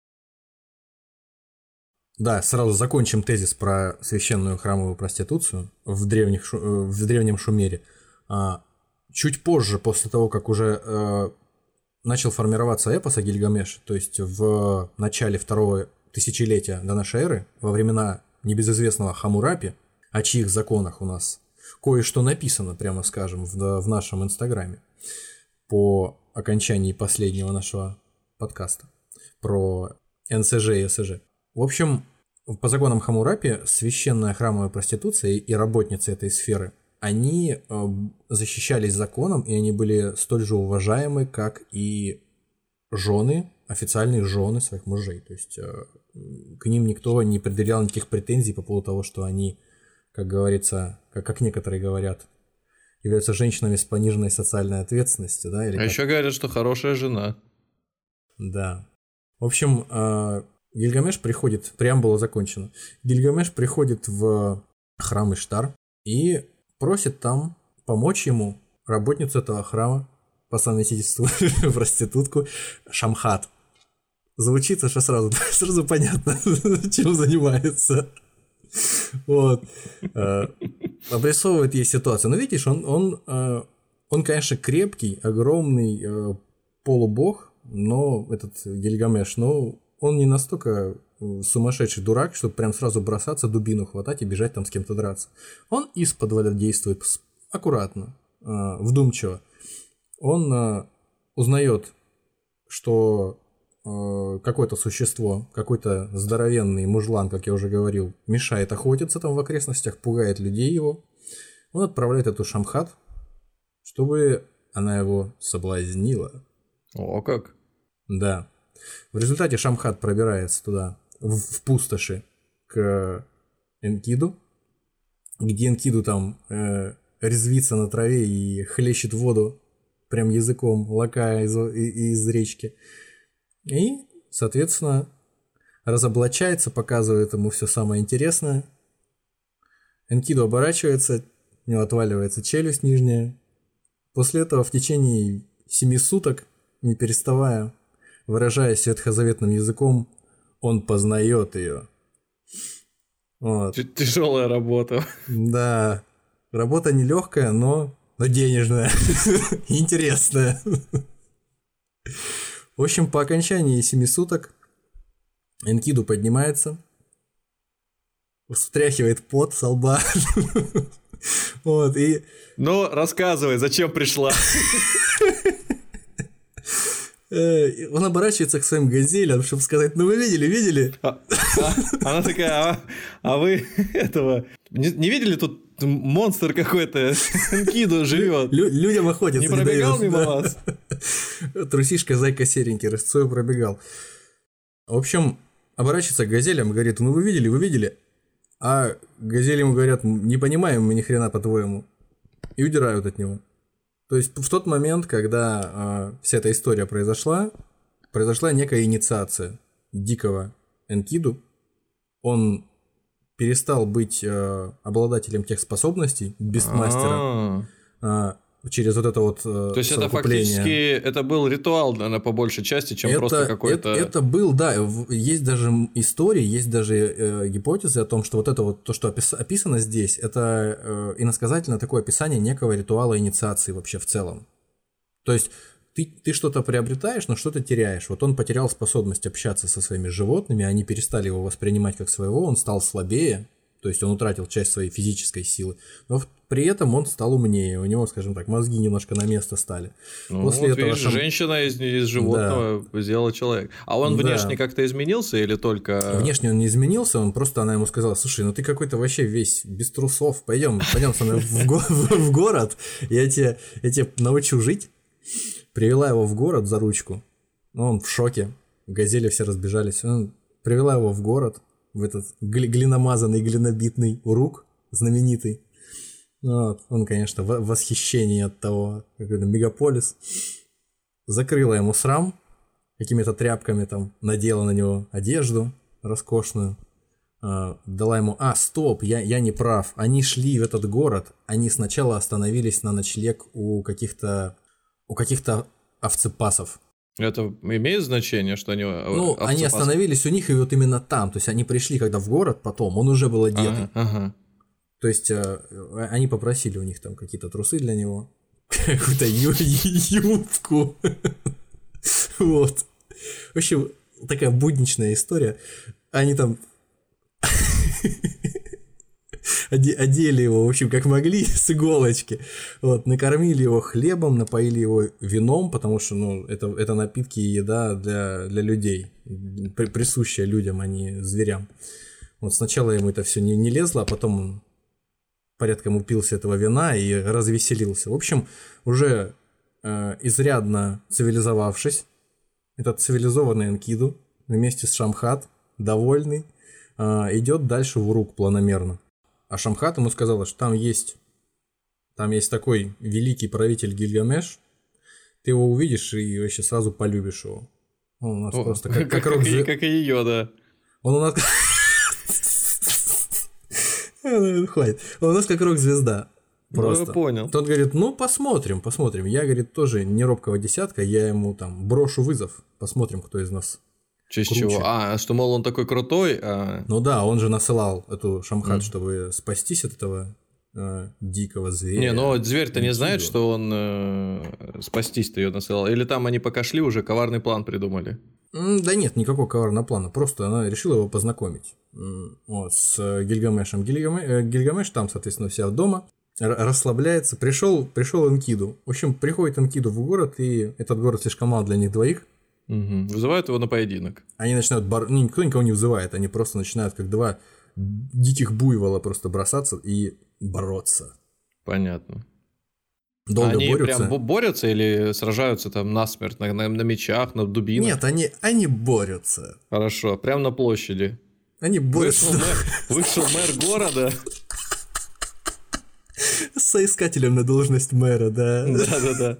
Да, сразу закончим тезис про священную храмовую проституцию в древнем Шумере. Чуть позже, после того, как уже начал формироваться эпос о Гильгамеше, то есть в начале второго тысячелетия до нашей эры, во времена небезызвестного Хаммурапи, о чьих законах у нас кое-что написано, прямо скажем, в нашем инстаграме по окончании последнего нашего подкаста про НСЖ и СЖ. В общем, по законам Хаммурапи священная храмовая проституция и работницы этой сферы, они защищались законом, и они были столь же уважаемы, как и жены, официальные жены своих мужей. То есть к ним никто не предъявлял никаких претензий по поводу того, что они, как говорится, как некоторые говорят, являются женщинами с пониженной социальной ответственностью. Да, или еще говорят, что хорошая жена. Да. В общем, Гильгамеш приходит, преамбула закончена. Гильгамеш приходит в храм Иштар и просит там помочь ему работницу этого храма, по совместительству проститутку, Шамхат. Звучит что сразу понятно, чем занимается. Вот. Обрисовывает ей ситуацию. Но видишь, он, конечно, крепкий, огромный полубог, но этот Гильгамеш, но он не настолько сумасшедший дурак, чтобы прям сразу бросаться, дубину хватать и бежать там с кем-то драться. Он исподволь действует аккуратно, вдумчиво. Он узнает, что какое-то существо, какой-то здоровенный мужлан, как я уже говорил, мешает охотиться там в окрестностях, пугает людей его. Он отправляет эту Шамхат, чтобы она его соблазнила. О, как? Да. В результате Шамхат пробирается туда, в пустоши, к Энкиду, где Энкиду там резвится на траве и хлещет воду прям языком, лакая из речки. И, соответственно, разоблачается, показывает ему все самое интересное. Энкиду оборачивается, у него отваливается челюсть нижняя. После этого в течение 7 суток, не переставая, выражаясь ветхозаветным языком, он познает ее. Вот. Тяжелая работа. Да, работа нелегкая, но денежная, интересная. В общем, по окончании 7 суток Энкиду поднимается, встряхивает пот со лба. Вот, и... Ну, рассказывай, зачем пришла? Он оборачивается к своим газелям, чтобы сказать: ну вы видели? Она такая: а вы этого... Не видели, тут монстр какой-то, Энкиду живет. Людям охотятся. Не пробегал мимо вас? Трусишка, зайка серенький, рысцой пробегал. В общем, оборачивается к газелям и говорит: ну вы видели? А газели ему говорят: не понимаем мы ни хрена по-твоему. И удирают от него. То есть в тот момент, когда вся эта история произошла некая инициация дикого Энкиду. Он перестал быть обладателем тех способностей бестмастера через вот это вот То есть это фактически это был ритуал, наверное, по большей части, чем просто какой-то... Это был, да, есть даже истории, есть даже гипотезы о том, что вот это вот то, что описано здесь, это иносказательно такое описание некого ритуала инициации вообще в целом. То есть ты что-то приобретаешь, но что-то теряешь. Вот он потерял способность общаться со своими животными, они перестали его воспринимать как своего, он стал слабее, то есть он утратил часть своей физической силы, но при этом он стал умнее, у него, скажем так, мозги немножко на место стали. Ну, после вот этого видишь, женщина из животного сделала человека. А он внешне как-то изменился или только... Внешне он не изменился, она ему сказала: слушай, ну ты какой-то вообще весь без трусов, пойдем со мной в город, я тебя научу жить. Привела его в город за ручку, он в шоке, газели все разбежались, привела его в город, в этот глиномазанный, глинобитный урук знаменитый. Вот. Он, конечно, в восхищении от того, какой-то мегаполис. Закрыла ему срам, какими-то тряпками там надела на него одежду роскошную, дала ему: стоп, я не прав. Они шли в этот город, они сначала остановились на ночлег у каких-то овцепасов. Это имеет значение, что они овцепасы? Они остановились у них, и вот именно там. То есть они пришли, когда в город потом, он уже был одетый. Ага. То есть они попросили у них там какие-то трусы для него, какую-то юбку. Вот. В общем, такая будничная история. Они там одели его, в общем, как могли, с иголочки. Вот, накормили его хлебом, напоили его вином, потому что, это напитки и еда для людей, присущая людям, а не зверям. Вот сначала ему это все не лезло, а потом он порядком упился этого вина и развеселился. В общем, уже изрядно цивилизовавшись, этот цивилизованный Энкиду вместе с Шамхат, довольный, идет дальше в Урук планомерно. А Шамхат ему сказала, что там есть такой великий правитель Гильгамеш, ты его увидишь и вообще сразу полюбишь его. Он у нас просто как рок... Как и ее, да. Он у нас... Хватит. Он у нас как рок-звезда. Просто. Понял. Тот говорит: посмотрим. Я, говорит, тоже не робкого десятка, я ему там брошу вызов, посмотрим, кто из нас В честь круче. чего? Что, мол, он такой крутой? Ну да, он же насылал эту Шамхат, чтобы спастись от этого дикого зверя. Не, но зверь-то не знает, что он спастись-то ее насылал. Или там они пока шли, уже коварный план придумали? Да нет, никакого коварного плана. Просто она решила его познакомить с Гильгамешем. Гильгамеш там, соответственно, вся дома, расслабляется. Пришел Энкиду. В общем, приходит Энкиду в город, и этот город слишком мал для них двоих. Вызывают его на поединок. Они начинают... Никто никого не вызывает. Они просто начинают, как два диких буйвола, просто бросаться и бороться. Понятно. Долго они борются. Прям борются или сражаются там насмерть, на мечах, на дубинах? Нет, они борются. Хорошо, прям на площади. Они борются. Вышел мэр города. С соискателем на должность мэра, да. Да.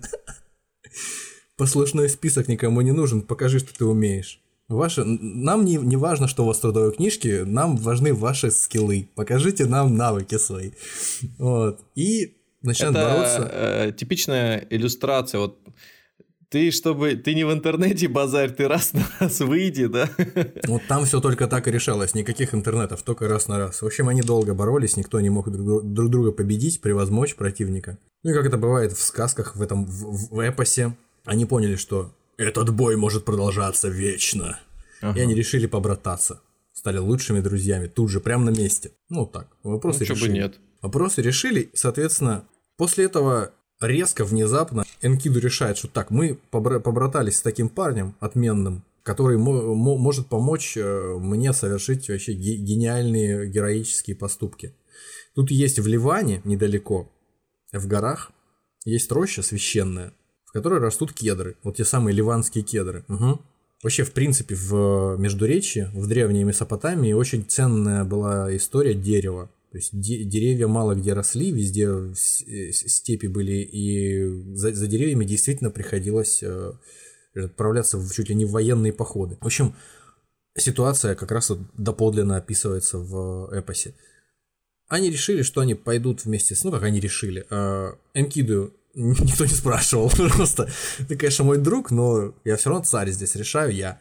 Послушной список никому не нужен, покажи, что ты умеешь. Нам не важно, что у вас в трудовой книжке, нам важны ваши скиллы. Покажите нам навыки свои. Вот. И начинают бороться. Это типичная иллюстрация. Вот ты не в интернете базарь, ты раз на раз выйди, да? Вот там все только так и решалось, никаких интернетов, только раз на раз. В общем, они долго боролись, никто не мог друг друга победить, превозмочь противника. Ну и как это бывает в сказках, в эпосе, они поняли, что этот бой может продолжаться вечно. И они решили побрататься. Стали лучшими друзьями, тут же, прямо на месте. Так, вопросы решили. Нет. Вопросы решили, соответственно, после этого резко, внезапно Энкиду решает, что так, мы побратались с таким парнем отменным, который может помочь мне совершить вообще гениальные героические поступки. Тут есть в Ливане, недалеко, в горах, есть роща священная, в которой растут кедры, вот те самые ливанские кедры. Угу. Вообще, в принципе, в Междуречье, в древней Месопотамии очень ценная была история дерева. То есть деревья мало где росли, везде степи были, и за деревьями действительно приходилось отправляться чуть ли не в военные походы. В общем, ситуация как раз доподлинно описывается в эпосе. Они решили, что они пойдут вместе с... как они решили. Энкиду никто не спрашивал, просто ты, конечно, мой друг, но я все равно царь здесь, решаю я.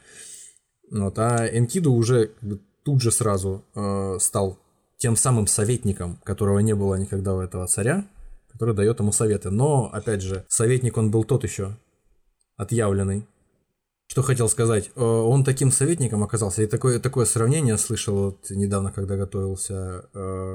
А Энкиду уже тут же сразу стал тем самым советником, которого не было никогда у этого царя, который дает ему советы. Но, опять же, советник он был тот еще отъявленный. Что хотел сказать? Он таким советником оказался. И такое сравнение слышал недавно, когда готовился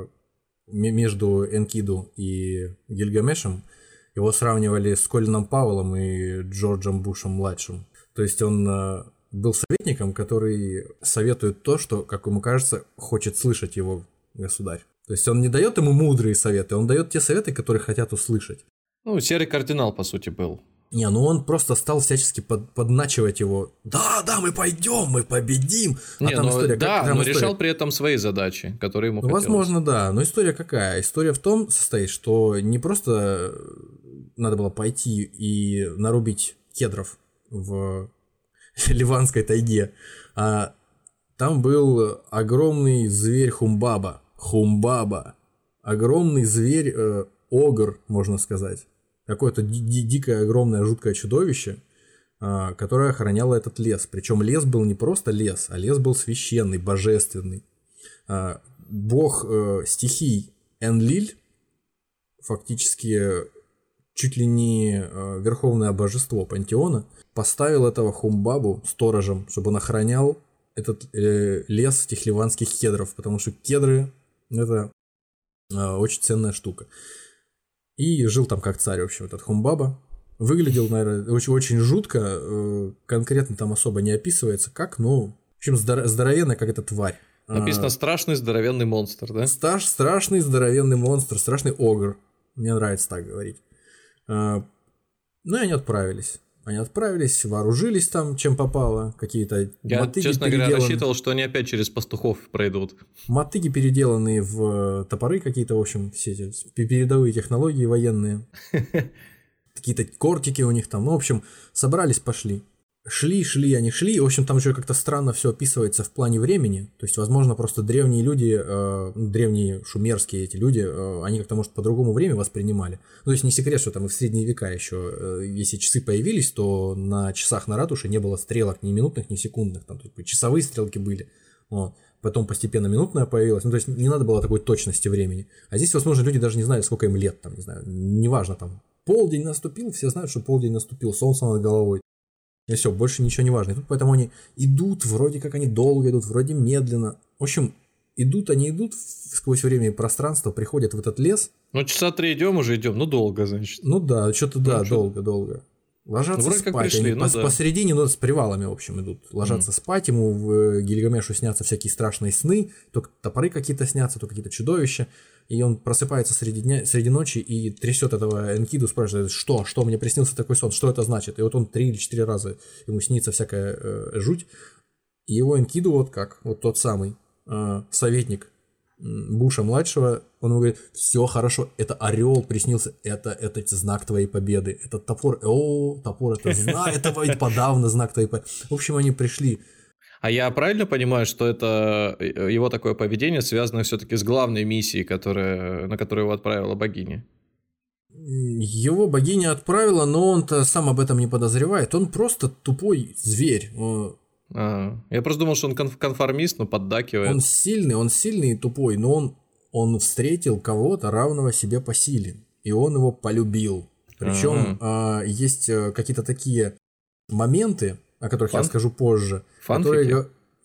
между Энкиду и Гильгамешем. Его сравнивали с Колином Пауэллом и Джорджем Бушем-младшим. То есть он был советником, который советует то, что, как ему кажется, хочет слышать его государь. То есть он не дает ему мудрые советы, он дает те советы, которые хотят услышать. Серый кардинал, по сути, был. Он просто стал всячески подначивать его. Да, мы пойдем, мы победим. Но решал при этом свои задачи, которые ему хотелось. Возможно, да. Но история какая? История в том состоит, что не просто надо было пойти и нарубить кедров в ливанской тайге, а Там был огромный зверь Хумбаба. Хумбаба. Огромный зверь, огр, можно сказать. Какое-то дикое, огромное, жуткое чудовище, которое охраняло этот лес. Причем лес был не просто лес, а лес был священный, божественный. Бог стихий Энлиль, фактически чуть ли не верховное божество пантеона, поставил этого Хумбабу сторожем, чтобы он охранял этот лес этих ливанских кедров, потому что кедры – это очень ценная штука. И жил там как царь, в общем, этот Хумбаба. Выглядел, наверное, очень жутко, конкретно там особо не описывается как, но, в общем, здоровенная как эта тварь. Написано «страшный здоровенный монстр», да? Страшный здоровенный монстр, страшный огр. Мне нравится так говорить. Ну и они отправились. Вооружились там, чем попало. Какие-то Я, мотыги честно говоря, рассчитывал, что они опять через пастухов пройдут. Мотыги, переделанные в топоры какие-то, в общем, все эти передовые технологии военные. Какие-то кортики у них там. Ну, в общем, собрались, пошли. Шли. В общем, там еще как-то странно все описывается в плане времени. То есть, возможно, просто древние люди, древние шумерские эти люди, они как-то, может, по-другому время воспринимали. Ну, то есть, не секрет, что там и в средние века еще, если часы появились, то на часах на ратуше не было стрелок ни минутных, ни секундных. Там часовые стрелки были. Вот. Потом постепенно минутная появилась. Ну, то есть, не надо было такой точности времени. А здесь, возможно, люди даже не знали, сколько им лет. Там, не знаю, неважно, там, полдень наступил, все знают, что полдень наступил, солнце над головой. И все, больше ничего не важно. И тут поэтому они идут, вроде как они долго идут, вроде медленно. В общем, они идут сквозь время и пространство, приходят в этот лес. Ну, часа 3 идем, ну долго, значит. Ну да, что-то да, долго. Ложатся спать. Пришли, они посередине, но с привалами, в общем, идут. Ложатся спать, ему в Гильгамешу снятся всякие страшные сны, то топоры какие-то снятся, то какие-то чудовища. И он просыпается среди ночи и трясет этого Энкиду, спрашивает, что мне приснился такой сон, что это значит? И вот он 3 или 4 раза ему снится всякая жуть. И его Энкиду вот тот самый советник Буша-младшего, он ему говорит, все хорошо, это орел приснился, это знак твоей победы, это топор, топор это знак, это подавно знак твоей победы. В общем, они пришли. А я правильно понимаю, что это его такое поведение связано все-таки с главной миссией, на которую его отправила богиня? Его богиня отправила, но он-то сам об этом не подозревает. Он просто тупой зверь. Я просто думал, что он конформист, но поддакивает. Он сильный и тупой, но он встретил кого-то равного себе по силе, и он его полюбил. Причем есть какие-то такие моменты, о которых я скажу позже, которые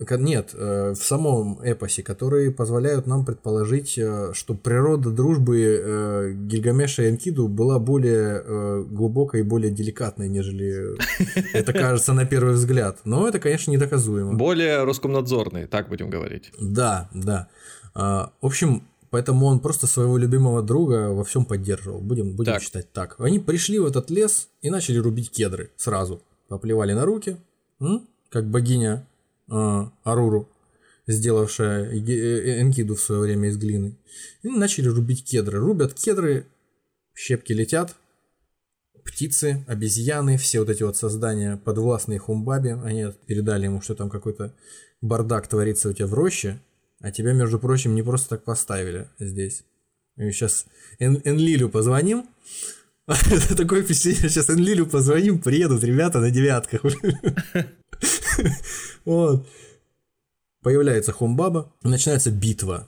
в самом эпосе, которые позволяют нам предположить, что природа дружбы Гильгамеша и Энкиду была более глубокой и более деликатной, нежели это кажется на первый взгляд. Но это, конечно, недоказуемо. Более Роскомнадзорный, так будем говорить. Да. В общем, поэтому он просто своего любимого друга во всем поддерживал. Будем считать так. Они пришли в этот лес и начали рубить кедры сразу. Поплевали на руки, как богиня Аруру, сделавшая Энкиду в свое время из глины. И начали рубить кедры. Рубят кедры, щепки летят, птицы, обезьяны, все вот эти вот создания подвластные Хумбабе. Они передали ему, что там какой-то бардак творится у тебя в роще, а тебя, между прочим, не просто так поставили здесь. И сейчас Энлилю позвоним. Такое впечатление, сейчас Энлилю позвоним, приедут ребята на 9. Вот. Появляется Хумбаба, начинается битва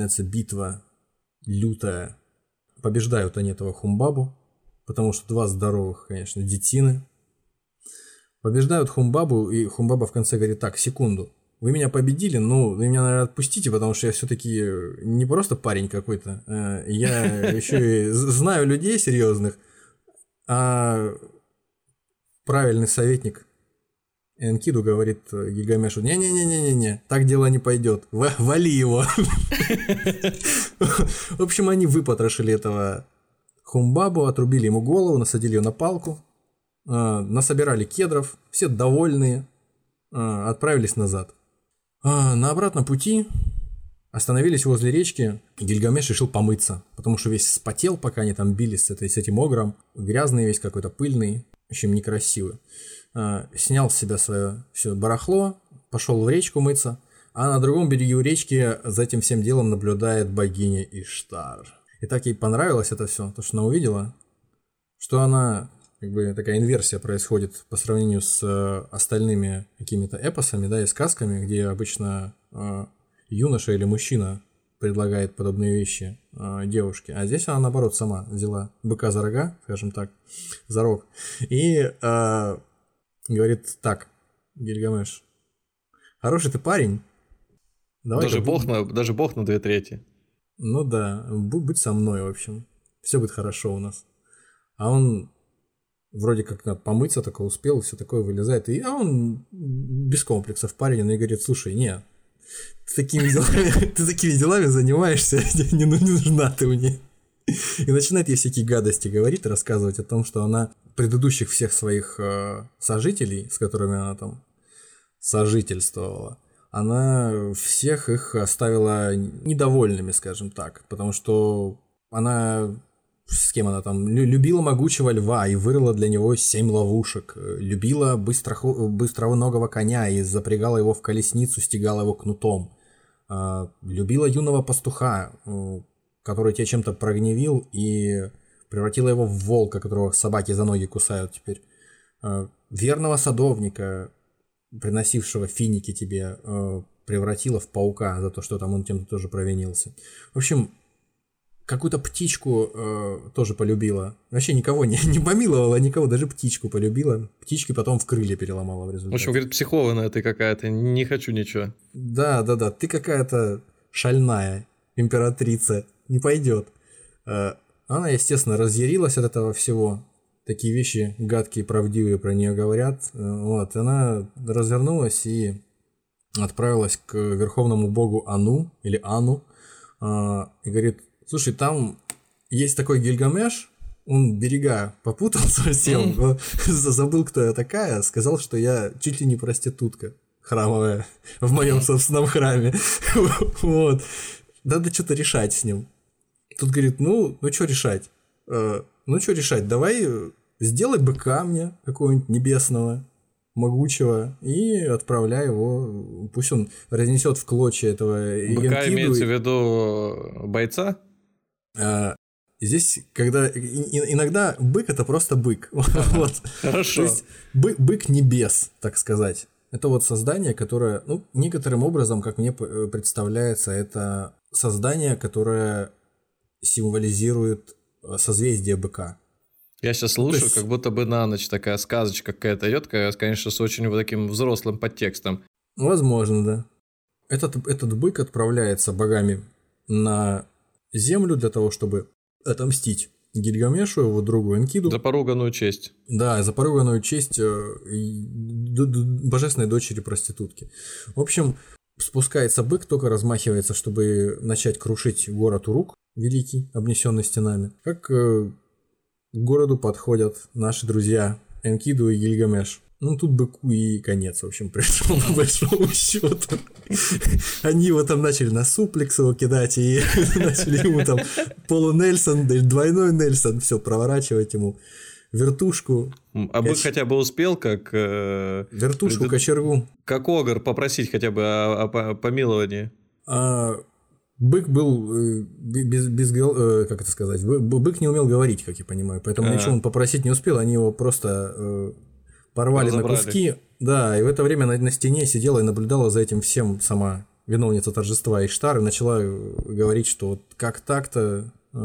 лютая. Побеждают они этого Хумбабу, потому что 2 здоровых, конечно, детины. Побеждают Хумбабу, и Хумбаба в конце говорит, так, секунду, вы меня победили, но вы меня, наверное, отпустите, потому что я все-таки не просто парень какой-то, я еще и знаю людей серьезных, а правильный советник Энкиду говорит Гильгамешу, не-не-не, так дело не пойдет, вали его. В общем, они выпотрошили этого Хумбабу, отрубили ему голову, насадили ее на палку, насобирали кедров, все довольные, отправились назад. На обратном пути остановились возле речки, и Гильгамеш решил помыться, потому что весь вспотел, пока они там бились с этим огром, грязный весь какой-то, пыльный, в общем, некрасивый. Снял с себя свое все барахло, пошел в речку мыться, А на другом берегу речки за этим всем делом наблюдает богиня Иштар. И так ей понравилось это все, то, что она увидела, что она, как бы, такая инверсия происходит по сравнению с остальными какими-то эпосами, да, и сказками, где обычно юноша или мужчина предлагает подобные вещи девушке. А здесь она, наоборот, сама взяла быка за рога, скажем так, за рог, и говорит: так, Гильгамеш, хороший ты парень. Давай даже бог на 2/3. Ну да, будь со мной, в общем. Все будет хорошо у нас. А он вроде как надо помыться, только успел, все такое вылезает. А он без комплексов парень, и говорит: слушай, не, ты такими делами занимаешься, не нужна ты мне. И начинает ей всякие гадости говорить, рассказывать о том, что она предыдущих всех своих сожителей, с которыми она там сожительствовала, она всех их оставила недовольными, скажем так, потому что она, с кем она там, любила могучего льва и вырыла для него 7 ловушек, любила быстроногого коня и запрягала его в колесницу, стегала его кнутом, любила юного пастуха, который тебя чем-то прогневил и превратила его в волка, которого собаки за ноги кусают теперь, верного садовника, приносившего финики тебе, превратила в паука за то, что там он чем-то тоже провинился. В общем, какую-то птичку тоже полюбила. Вообще никого не помиловала, никого, даже птичку полюбила. Птички потом в крылья переломала в результате. В общем, говорит, психованная ты какая-то, не хочу ничего. Да, ты какая-то шальная императрица, не пойдет. Она, естественно, разъярилась от этого всего. Такие вещи гадкие, правдивые про нее говорят. Вот, она развернулась и отправилась к верховному богу Ану, или Ану, и говорит: слушай, там есть такой Гильгамеш, он берега попутал совсем, забыл, кто я такая, сказал, что я чуть ли не проститутка храмовая в моем собственном храме. Вот. Надо что-то решать с ним. Тут говорит: ну что решать? Давай сделай быка мне какого-нибудь небесного, могучего, и отправляй его, пусть он разнесет в клочья этого быка. Имеется в виду бойца? Здесь, когда иногда бык — это просто бык. Вот. Хорошо. То есть бык небес, так сказать. Это вот создание, которое, некоторым образом, как мне представляется, это создание, которое символизирует созвездие быка. Я сейчас слушаю, как будто бы на ночь такая сказочка какая-то идет, конечно, с очень вот таким взрослым подтекстом. Возможно, да. Этот бык отправляется богами на землю для того, чтобы отомстить Гильгамешу, его другу Энкиду. За поруганную честь. Да, за поруганную честь божественной дочери проститутки. В общем, спускается бык, только размахивается, чтобы начать крушить город Урук, великий, обнесенный стенами. Как к городу подходят наши друзья Энкиду и Гильгамеш. Тут быку и конец, в общем, пришел по большому счету. Они его там начали на суплекс его кидать, и начали ему там полунельсон, двойной нельсон, все проворачивать ему. Вертушку. А бык хотя бы успел, как... Вертушку, кочергу. Как огр попросить хотя бы о помиловании. Бык был как это сказать? Бык не умел говорить, как я понимаю, поэтому ничего он попросить не успел, они его просто... порвали на куски, да, и в это время на стене сидела и наблюдала за этим всем сама виновница торжества Иштар и начала говорить, что вот как так-то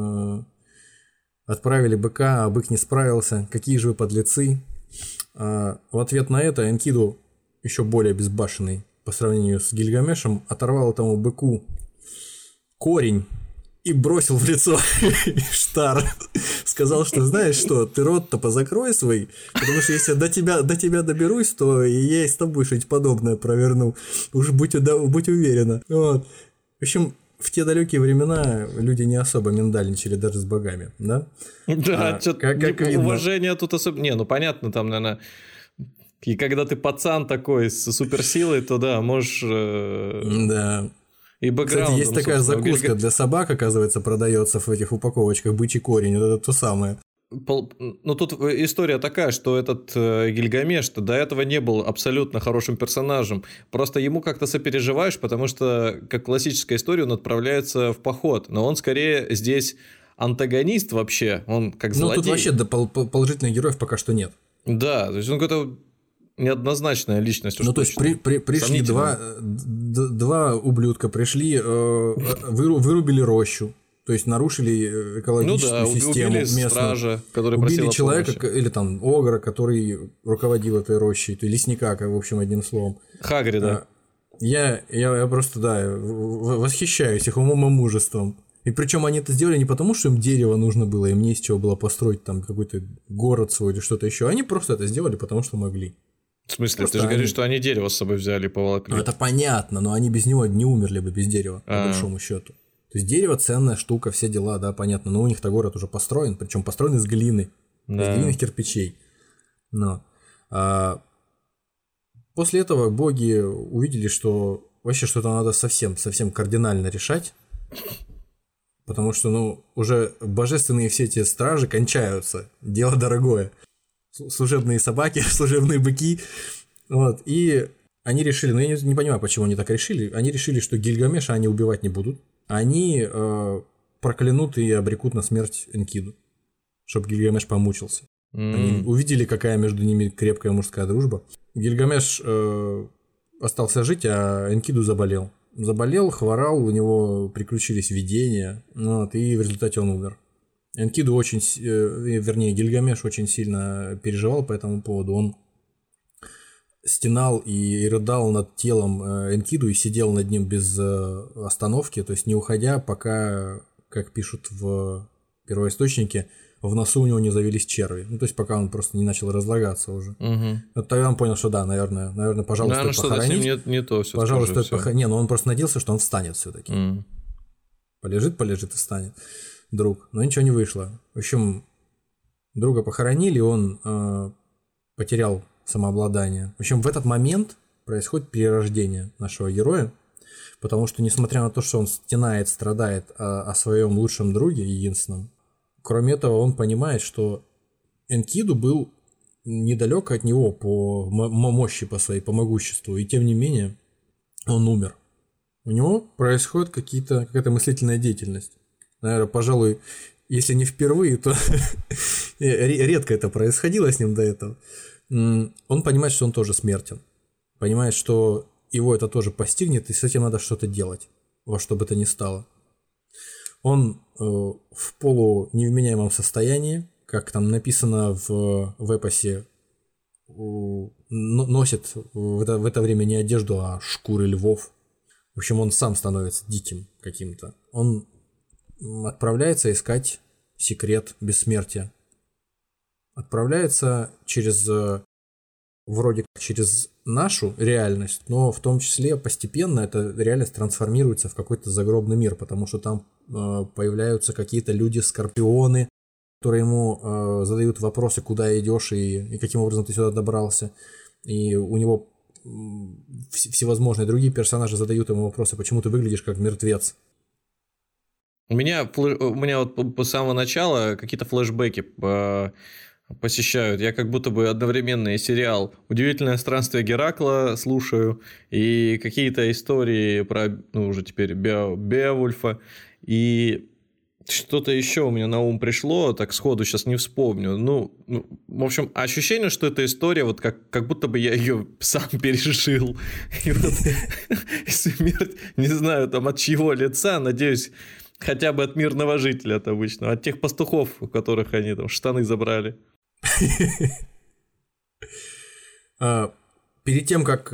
отправили быка, а бык не справился, какие же вы подлецы. В ответ на это Энкиду, еще более безбашенный по сравнению с Гильгамешем, оторвал этому быку корень и бросил в лицо Иштар. Сказал, что знаешь что, ты рот-то позакрой свой, потому что если я до тебя доберусь, то и я и с тобой что-нибудь подобное проверну. Уж будь уверена. Вот. В общем, в те далекие времена люди не особо миндальничали даже с богами, да? Да, уважение тут особо... понятно, там, наверное... И когда ты пацан такой с суперсилой, то да, можешь... Да. И кстати, есть такая закуска для собак, оказывается, продается в этих упаковочках, бычий корень, это то самое. Ну, тут история такая, что этот Гильгамеш-то до этого не был абсолютно хорошим персонажем. Просто ему как-то сопереживаешь, потому что, как классическая история, он отправляется в поход. Но он скорее здесь антагонист вообще, он как злодей. Ну, тут вообще положительных героев пока что нет. Да, то есть он какой-то неоднозначная личность. Ну, то есть пришли два ублюдка, пришли, вырубили рощу. То есть нарушили экологическую систему убили местную. Стража, который убили человека, помощи. или там огра, который руководил этой рощей, то есть лесника, как, в общем, одним словом. Хагрида. Я просто, да, восхищаюсь их умом и мужеством. И причем они это сделали не потому, что им дерево нужно было, им не из чего было построить там какой-то город свой или что-то еще. Они просто это сделали, потому что могли. В смысле, просто ты же говоришь, что они дерево с собой взяли и поволокли. Ну, это понятно, но они без него не умерли бы без дерева, по большому счету. То есть дерево ценная штука, все дела, да, понятно. Но у них-то город уже построен, причем построен из глины, из глиняных кирпичей. Но после этого боги увидели, что вообще что-то надо совсем кардинально решать. Потому что, ну, уже божественные все эти стражи кончаются. Дело дорогое. Служебные собаки, служебные быки. Вот. И они решили, ну, я не понимаю, почему они так решили. Они решили, что Гильгамеша они убивать не будут. Они проклянут и обрекут на смерть Энкиду, чтобы Гильгамеш помучился. Они увидели, какая между ними крепкая мужская дружба. Гильгамеш остался жить, а Энкиду заболел. Хворал, у него приключились видения, вот, и в результате он умер. Энкиду Гильгамеш очень сильно переживал по этому поводу. Он стенал и рыдал над телом Энкиду и сидел над ним без остановки, то есть не уходя, пока, как пишут в первоисточнике, в носу у него не завелись черви. Ну, то есть пока он просто не начал разлагаться уже. Вот тогда он понял, что да, наверное, пожалуй, стоит похоронить. Что-то не то всё-таки. Пожалуй, стоит похоронить. Не, ну он просто надеялся, что он встанет все-таки. Полежит и встанет. Друг. Но ничего не вышло. В общем, друга похоронили, он потерял самообладание. В общем, в этот момент происходит перерождение нашего героя, потому что, несмотря на то, что он стенает, страдает о своем лучшем друге, единственном, кроме этого, он понимает, что Энкиду был недалек от него по мощи, по своей, по могуществу, и тем не менее он умер. У него происходит какая-то мыслительная деятельность. Наверное, пожалуй, если не впервые, то редко это происходило с ним до этого. Он понимает, что он тоже смертен. Понимает, что его это тоже постигнет, и с этим надо что-то делать, во что бы то ни стало. Он в полуневменяемом состоянии, как там написано в эпосе, носит в это время не одежду, а шкуры львов. В общем, он сам становится диким каким-то. Он отправляется искать секрет бессмертия. Отправляется вроде как через нашу реальность, но в том числе постепенно эта реальность трансформируется в какой-то загробный мир, потому что там появляются какие-то люди-скорпионы, которые ему задают вопросы, куда идешь и каким образом ты сюда добрался. И у него всевозможные другие персонажи задают ему вопросы, почему ты выглядишь как мертвец. У меня вот по самого начала какие-то флешбеки посещают. Я как будто бы одновременно и сериал «Удивительное странствие Геракла» слушаю, и какие-то истории про, ну, уже теперь Беовульфа, и что-то еще у меня на ум пришло, так сходу сейчас не вспомню. Ну, в общем, ощущение, что эта история, вот как будто бы я ее сам пережил. И вот смерть, не знаю, там от чьего лица, надеюсь, хотя бы от мирного жителя, от обычного, от тех пастухов, у которых они там штаны забрали. Перед тем, как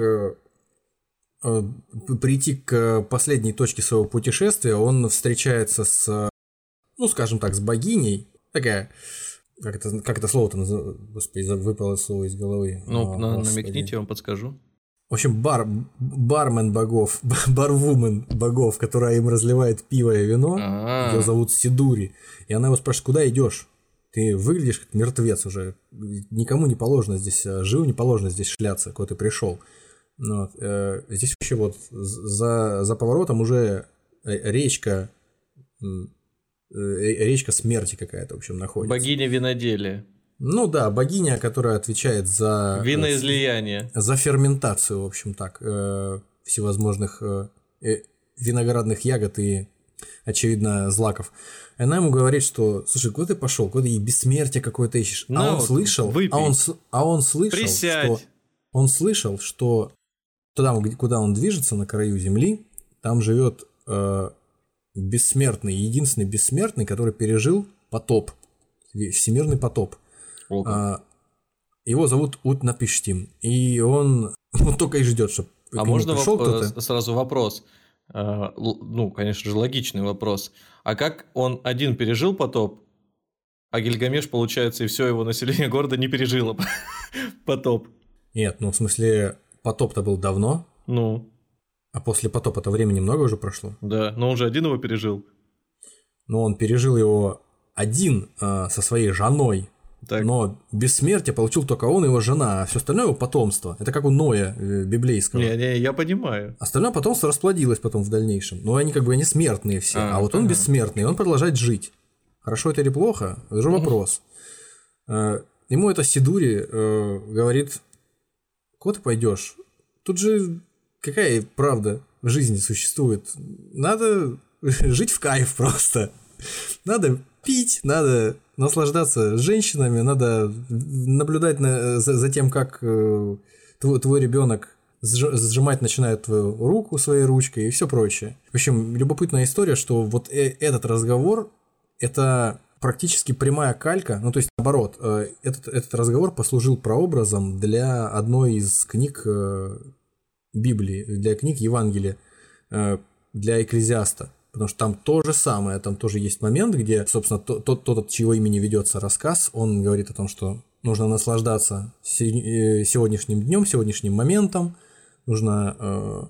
прийти к последней точке своего путешествия, он встречается с, ну, скажем так, с богиней. Такая, как это слово-то называется? Господи, выпало слово из головы. Ну, намекните, я вам подскажу. В общем, бармен богов, барвумен богов, которая им разливает пиво и вино, ее зовут Сидури. И она его спрашивает, куда идешь? Ты выглядишь как мертвец уже. Никому не положено здесь, живу не положено здесь шляться, куда ты пришел. Вот. Здесь вообще вот за поворотом уже речка речка смерти какая-то, в общем, находится. Богиня виноделия. Ну да, богиня, которая отвечает за... Виноизлияние. За ферментацию, в общем так, всевозможных виноградных ягод и, очевидно, злаков. Она ему говорит, что, слушай, куда ты пошел, куда и бессмертие какое-то ищешь. Ну, он слышал, он слышал, Присядь. что туда, куда он движется, на краю земли, там живет бессмертный, единственный бессмертный, который пережил потоп, всемирный потоп. Его зовут Утнапиштим, и он только и ждет, чтобы к нему можно пришел кто-то. Сразу вопрос? Ну, конечно же, логичный вопрос. А как он один пережил потоп, а Гильгамеш, получается, и все его население города не пережило потоп? Нет, ну в смысле, потоп-то был давно. Ну. А после потопа-то времени много уже прошло. Да, но он же один его пережил. Но он пережил его один со своей женой. Так. Но бессмертие получил только он и его жена, а все остальное его потомство. Это как у Ноя библейского. Не, я понимаю. Остальное потомство расплодилось потом в дальнейшем. Но они как бы они смертные все. А вот он бессмертный, он продолжает жить. Хорошо это или плохо? Это же вопрос. Ему это Сидури говорит: куда ты пойдешь? Тут же какая правда в жизни существует? Надо жить в кайф просто. Надо пить, надо наслаждаться женщинами, надо наблюдать за тем, как твой ребенок сжимать начинает твою руку своей ручкой и все прочее. В общем, любопытная история, что вот этот разговор – это практически прямая калька, ну то есть наоборот, этот разговор послужил прообразом для одной из книг Библии, для книг Евангелия, для Экклезиаста. Потому что там то же самое, там тоже есть момент, где, собственно, тот, от чьего имени ведется рассказ, он говорит о том, что нужно наслаждаться сегодняшним днем, сегодняшним моментом, нужно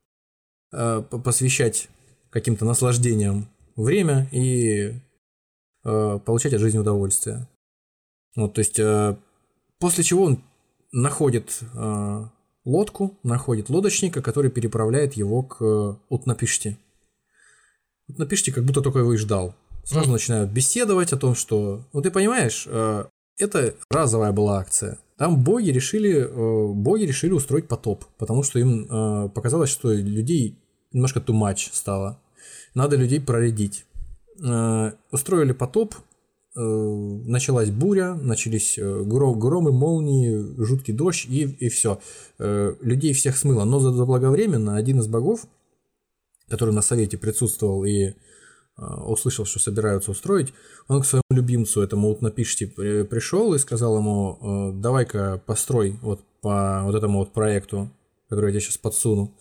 посвящать каким-то наслаждениям время и получать от жизни удовольствие. Вот, то есть, после чего он находит лодку, находит лодочника, который переправляет его к Утнапишти. Напишите, как будто только его и ждал. Сразу начинают беседовать о том, что... Ну, ты понимаешь, это разовая была акция. Там боги решили устроить потоп, потому что им показалось, что людей немножко too much стало. Надо людей проредить. Устроили потоп, началась буря, начались громы, молнии, жуткий дождь и все. Людей всех смыло. Но заблаговременно один из богов, который на совете присутствовал и услышал, что собираются устроить, он к своему любимцу, этому Утнапишти, пришел и сказал ему: давай-ка построй вот по вот этому вот проекту, который я тебе сейчас подсуну,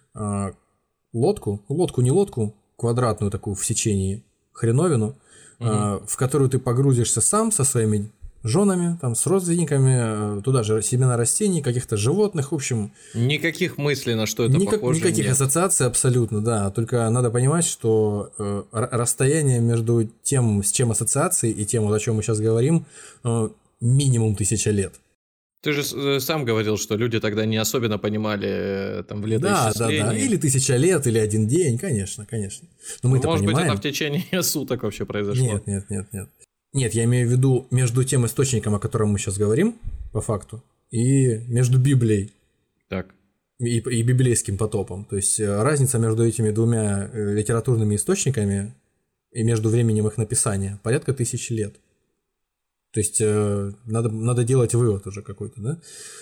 лодку, квадратную такую в сечении хреновину, в которую ты погрузишься сам со своими женами, там, с родственниками, туда же семена растений, каких-то животных, в общем... Никаких мыслей, на что это похоже, никаких нет. Ассоциаций абсолютно, да. Только надо понимать, что расстояние между тем, с чем ассоциации, и тем, вот, о чем мы сейчас говорим, минимум 1000 лет. Ты же сам говорил, что люди тогда не особенно понимали там в летоисчислении. Да. Или 1000 лет, или один день, конечно. Но мы-то может понимаем. быть, это в течение суток вообще произошло. Нет. Нет, я имею в виду между тем источником, о котором мы сейчас говорим, по факту, и между Библией Так. и библейским потопом. То есть разница между этими двумя литературными источниками и между временем их написания порядка 1000 лет. То есть надо делать вывод уже какой-то, да?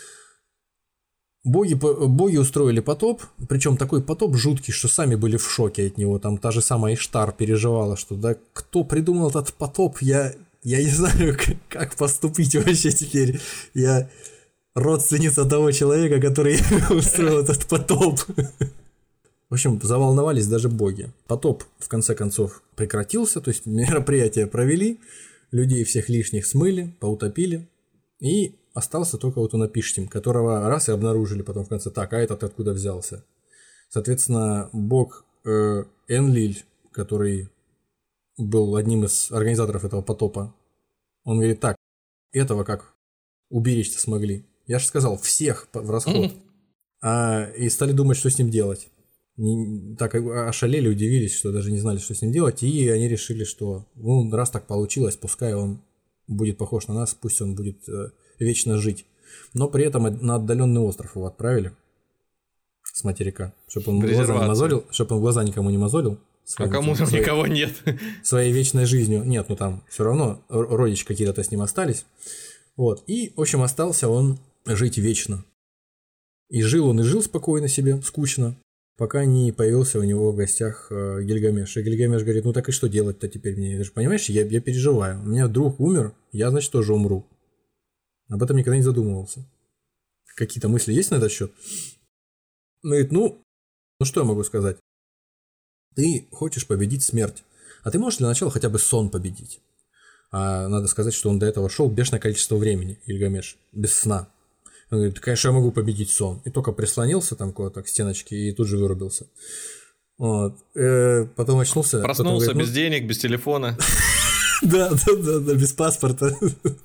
Боги устроили потоп, причем такой потоп жуткий, что сами были в шоке от него. Там та же самая Иштар переживала, что да кто придумал этот потоп, я не знаю, как поступить вообще теперь. Я родственница того человека, который устроил этот потоп. В общем, заволновались даже боги. Потоп, в конце концов, прекратился, то есть мероприятия провели, людей всех лишних смыли, поутопили, и остался только вот Утнапиштим, которого раз и обнаружили потом в конце. Так, а этот откуда взялся? Соответственно, бог Энлиль, который был одним из организаторов этого потопа, он говорит: так, этого как уберечь-то смогли? Я же сказал, всех в расход. И стали думать, что с ним делать. так ошалели, удивились, что даже не знали, что с ним делать, и они решили, что ну, раз так получилось, пускай он будет похож на нас, пусть он будет вечно жить. Но при этом на отдаленный остров его отправили с материка, чтобы он глаза не мозолил, чтобы он глаза никому не мозолил. А кому никого нет? Своей вечной жизнью. Нет, ну там все равно родичи какие-то с ним остались. Вот. И, в общем, остался он жить вечно. И жил спокойно себе, скучно, пока не появился у него в гостях Гильгамеш. И Гильгамеш говорит, ну так и что делать-то теперь мне? Ты же понимаешь, я переживаю. У меня друг умер, я, значит, тоже умру. Об этом никогда не задумывался. Какие-то мысли есть на этот счет? Он говорит, ну что я могу сказать? Ты хочешь победить смерть. А ты можешь для начала хотя бы сон победить? А надо сказать, что он до этого шел бешеное количество времени, Гильгамеш, без сна. Он говорит, конечно, я могу победить сон. И только прислонился там куда-то к стеночке и тут же вырубился. Вот. Потом очнулся. Проснулся потом, говорит, без денег, без телефона. Да, без паспорта.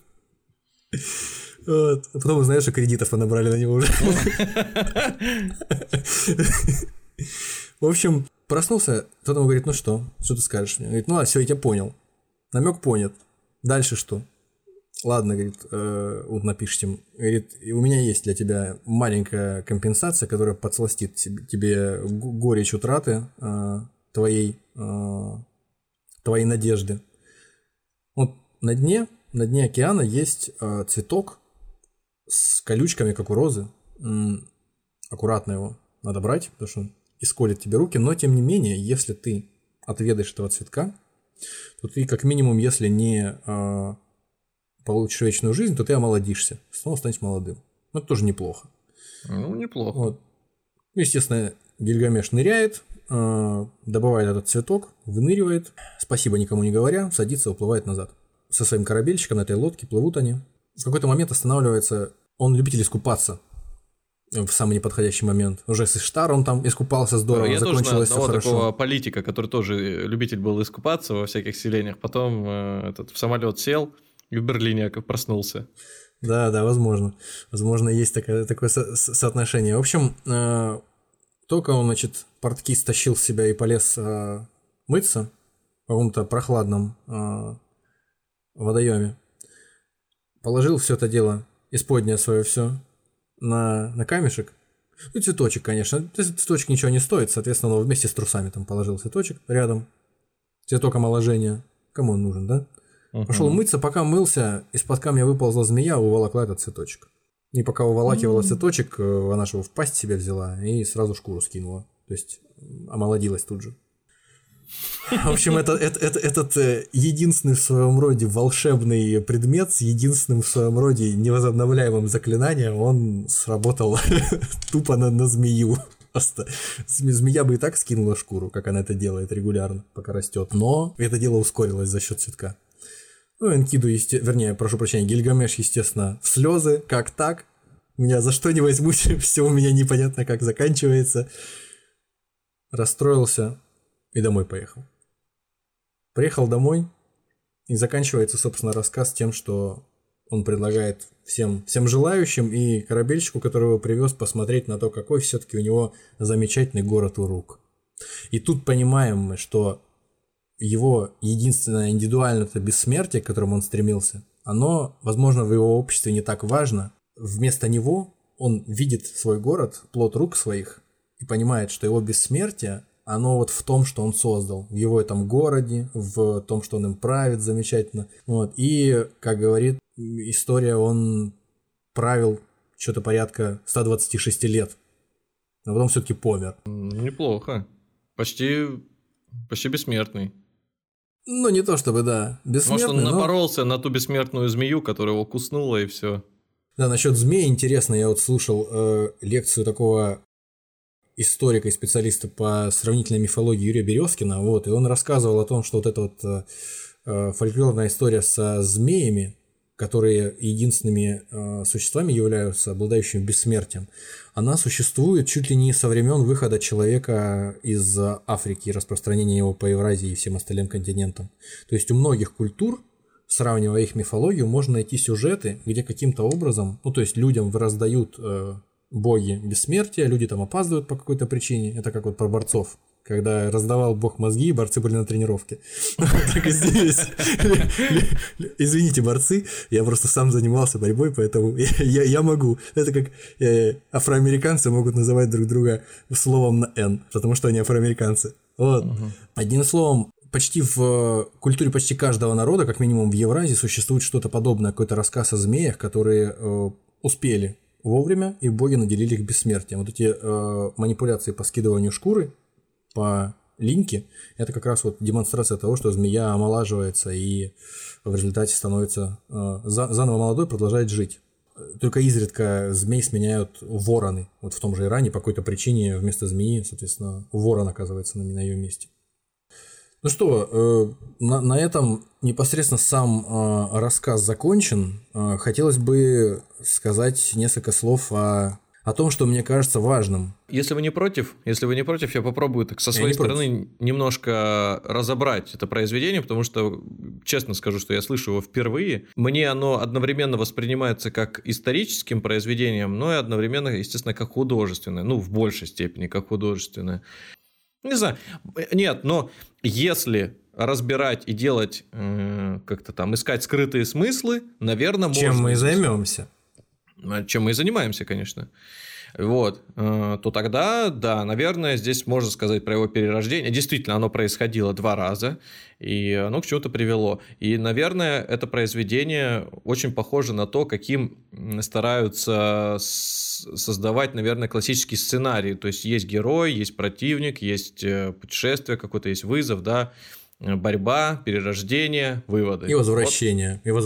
Вот. А потом узнаешь, что кредитов набрали на него уже. В общем, проснулся, тот ему говорит, ну что ты скажешь мне? Говорит, ну все, я тебя понял. Намек понят. Дальше что? Ладно, говорит, вот напишите. Говорит, у меня есть для тебя маленькая компенсация, которая подсластит тебе горечь утраты твоей надежды. Вот на дне океана есть цветок с колючками, как у розы. Аккуратно его надо брать, потому что он исколет тебе руки. Но, тем не менее, если ты отведаешь этого цветка, то ты, как минимум, если не получишь вечную жизнь, то ты омолодишься. Снова станешь молодым. Ну, это тоже неплохо. Ну, неплохо. Вот. Естественно, Гильгамеш ныряет, добывает этот цветок, выныривает, спасибо никому не говоря, садится, уплывает назад. Со своим корабельщиком на этой лодке плывут они. В какой-то момент останавливается, он любитель искупаться в самый неподходящий момент. Уже с Иштар он там искупался здорово, я закончилось все хорошо. Такого политика, который тоже любитель был искупаться во всяких селениях, потом в самолет сел и в Берлине проснулся. Да, возможно. Возможно, есть такое соотношение. В общем, только он, значит, портки стащил с себя и полез мыться в каком-то прохладном водоеме. Положил все это дело, исподнее свое все, на камешек. Ну, цветочек, конечно. Цветочек ничего не стоит, соответственно, он вместе с трусами там положил цветочек рядом. Цветок омоложения. Кому он нужен, да? Пошел мыться, пока мылся, из-под камня выползла змея, уволокла этот цветочек. И пока уволакивала цветочек, она же его в пасть себе взяла и сразу шкуру скинула. То есть омолодилась тут же. В общем, этот единственный в своем роде волшебный предмет с единственным в своем роде невозобновляемым заклинанием, он сработал тупо на змею. Просто змея бы и так скинула шкуру, как она это делает регулярно, пока растет. Но это дело ускорилось за счет цветка. Ну, Энкиду, прошу прощения, Гильгамеш, естественно, в слезы. Как так? Меня за что не возьмусь, все у меня непонятно как заканчивается. Расстроился и домой поехал. Приехал домой, и заканчивается, собственно, рассказ тем, что он предлагает всем желающим и корабельщику, который его привез, посмотреть на то, какой все-таки у него замечательный город Урук. И тут понимаем мы, что его единственное индивидуальное бессмертие, к которому он стремился, оно, возможно, в его обществе не так важно. Вместо него он видит свой город, плод рук своих, и понимает, что его бессмертие, оно вот в том, что он создал, в его этом городе, в том, что он им правит замечательно. Вот. И, как говорит история, он правил что-то порядка 126 лет, а потом все-таки помер. Неплохо. Почти бессмертный. Ну, не то чтобы, да, бессмертный. Может, он напоролся на ту бессмертную змею, которая его куснула, и все. Да, насчет змей интересно, я вот слушал лекцию такого историка и специалиста по сравнительной мифологии Юрия Березкина, вот, и он рассказывал о том, что вот эта вот фольклорная история со змеями, которые единственными существами являются, обладающими бессмертием, она существует чуть ли не со времен выхода человека из Африки и распространения его по Евразии и всем остальным континентам. То есть у многих культур, сравнивая их мифологию, можно найти сюжеты, где каким-то образом, ну то есть людям раздают боги бессмертия, люди там опаздывают по какой-то причине. Это как вот про борцов. Когда раздавал бог мозги, борцы были на тренировке. Так и здесь. Извините, борцы, я просто сам занимался борьбой, поэтому я могу. Это как афроамериканцы могут называть друг друга словом на «н», потому что они афроамериканцы. Вот. Одним словом, почти в культуре почти каждого народа, как минимум в Евразии, существует что-то подобное, какой-то рассказ о змеях, которые успели вовремя, и боги наделили их бессмертием. Вот эти манипуляции по скидыванию шкуры, по линьке, это как раз вот демонстрация того, что змея омолаживается и в результате становится заново молодой, продолжает жить. Только изредка змей сменяют вороны. Вот в том же Иране по какой-то причине вместо змеи, соответственно, ворон оказывается на ее месте. Ну что, на этом непосредственно сам рассказ закончен. Хотелось бы сказать несколько слов о том, что мне кажется важным. Если вы не против, я попробую так со своей стороны немножко разобрать это произведение, потому что, честно скажу, что я слышу его впервые. Мне оно одновременно воспринимается как историческим произведением, но и одновременно, естественно, как художественное. Ну, в большей степени, как художественное. Не знаю, нет, но если разбирать и делать, как-то там, искать скрытые смыслы, наверное, можно... Чем мы и займемся. Чем мы и занимаемся, конечно. Вот, то тогда, да, наверное, здесь можно сказать про его перерождение. Действительно, оно происходило 2 раза, и оно к чему-то привело. И, наверное, это произведение очень похоже на то, каким стараются создавать, наверное, классический сценарий. То есть, есть герой, есть противник, есть путешествие какое-то, есть вызов, да, борьба, перерождение, выводы. И возвращение, вот.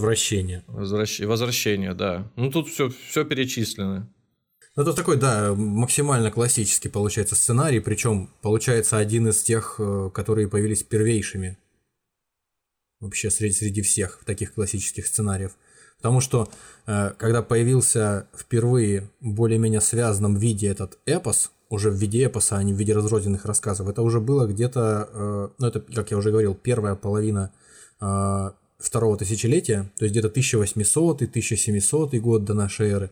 Возвращение, да. Ну, тут все перечислено. Это такой, да, максимально классический получается сценарий, причем получается один из тех, которые появились первейшими вообще среди всех таких классических сценариев. Потому что, когда появился впервые в более-менее связанном виде этот эпос, уже в виде эпоса, а не в виде разрозненных рассказов, это уже было где-то, ну это, как я уже говорил, первая половина второго тысячелетия, то есть где-то 1800-1700 год до нашей эры.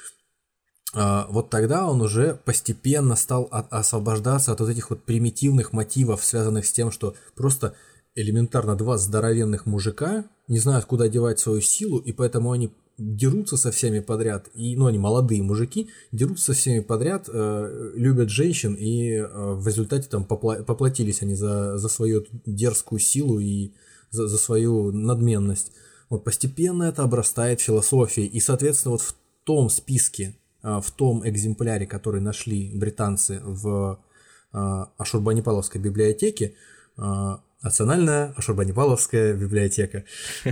Вот тогда он уже постепенно стал освобождаться от вот этих вот примитивных мотивов, связанных с тем, что просто элементарно 2 здоровенных мужика не знают, куда девать свою силу, и поэтому они дерутся со всеми подряд, и, ну, они молодые мужики, дерутся со всеми подряд, любят женщин, и в результате там поплатились они за свою дерзкую силу и за свою надменность. Вот постепенно это обрастает философией, и, соответственно, вот в том списке, в том экземпляре, который нашли британцы в Ашурбанипаловской библиотеке, Национальная Ашурбанипаловская библиотека.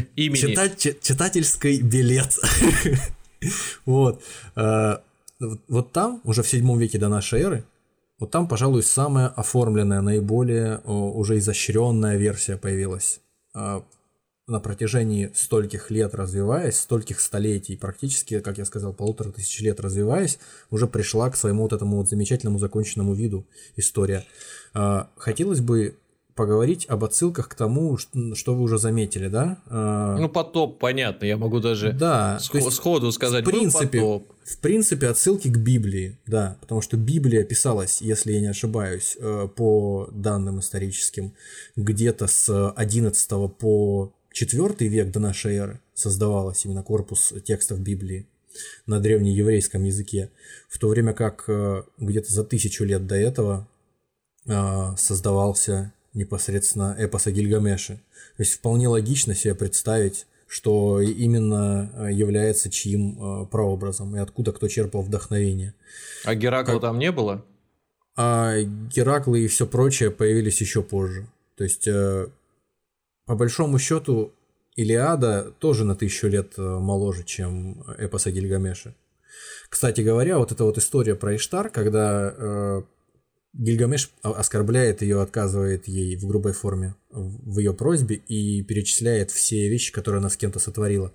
Читательский билет. Вот. Вот там, уже в 7 веке до нашей эры, вот там, пожалуй, самая оформленная, наиболее уже изощренная версия появилась. На протяжении стольких лет развиваясь, стольких столетий, практически, как я сказал, 1500 лет развиваясь, уже пришла к своему вот этому вот замечательному законченному виду история. Хотелось бы поговорить об отсылках к тому, что вы уже заметили, да? Ну, потоп, понятно, я могу даже сходу сказать, потоп. В принципе, отсылки к Библии, да, потому что Библия писалась, если я не ошибаюсь, по данным историческим, где-то с 11 по 4 век до нашей эры создавалась именно корпус текстов Библии на древнееврейском языке, в то время как где-то за 1000 лет до этого создавался непосредственно эпос о Гильгамеше. То есть вполне логично себе представить, что именно является чьим прообразом и откуда кто черпал вдохновение. А Геракла там не было? А Гераклы и все прочее появились еще позже. То есть, по большому счету, Илиада тоже на 1000 лет моложе, чем эпос о Гильгамеше. Кстати говоря, вот эта вот история про Иштар, когда Гильгамеш оскорбляет ее, отказывает ей в грубой форме в ее просьбе и перечисляет все вещи, которые она с кем-то сотворила.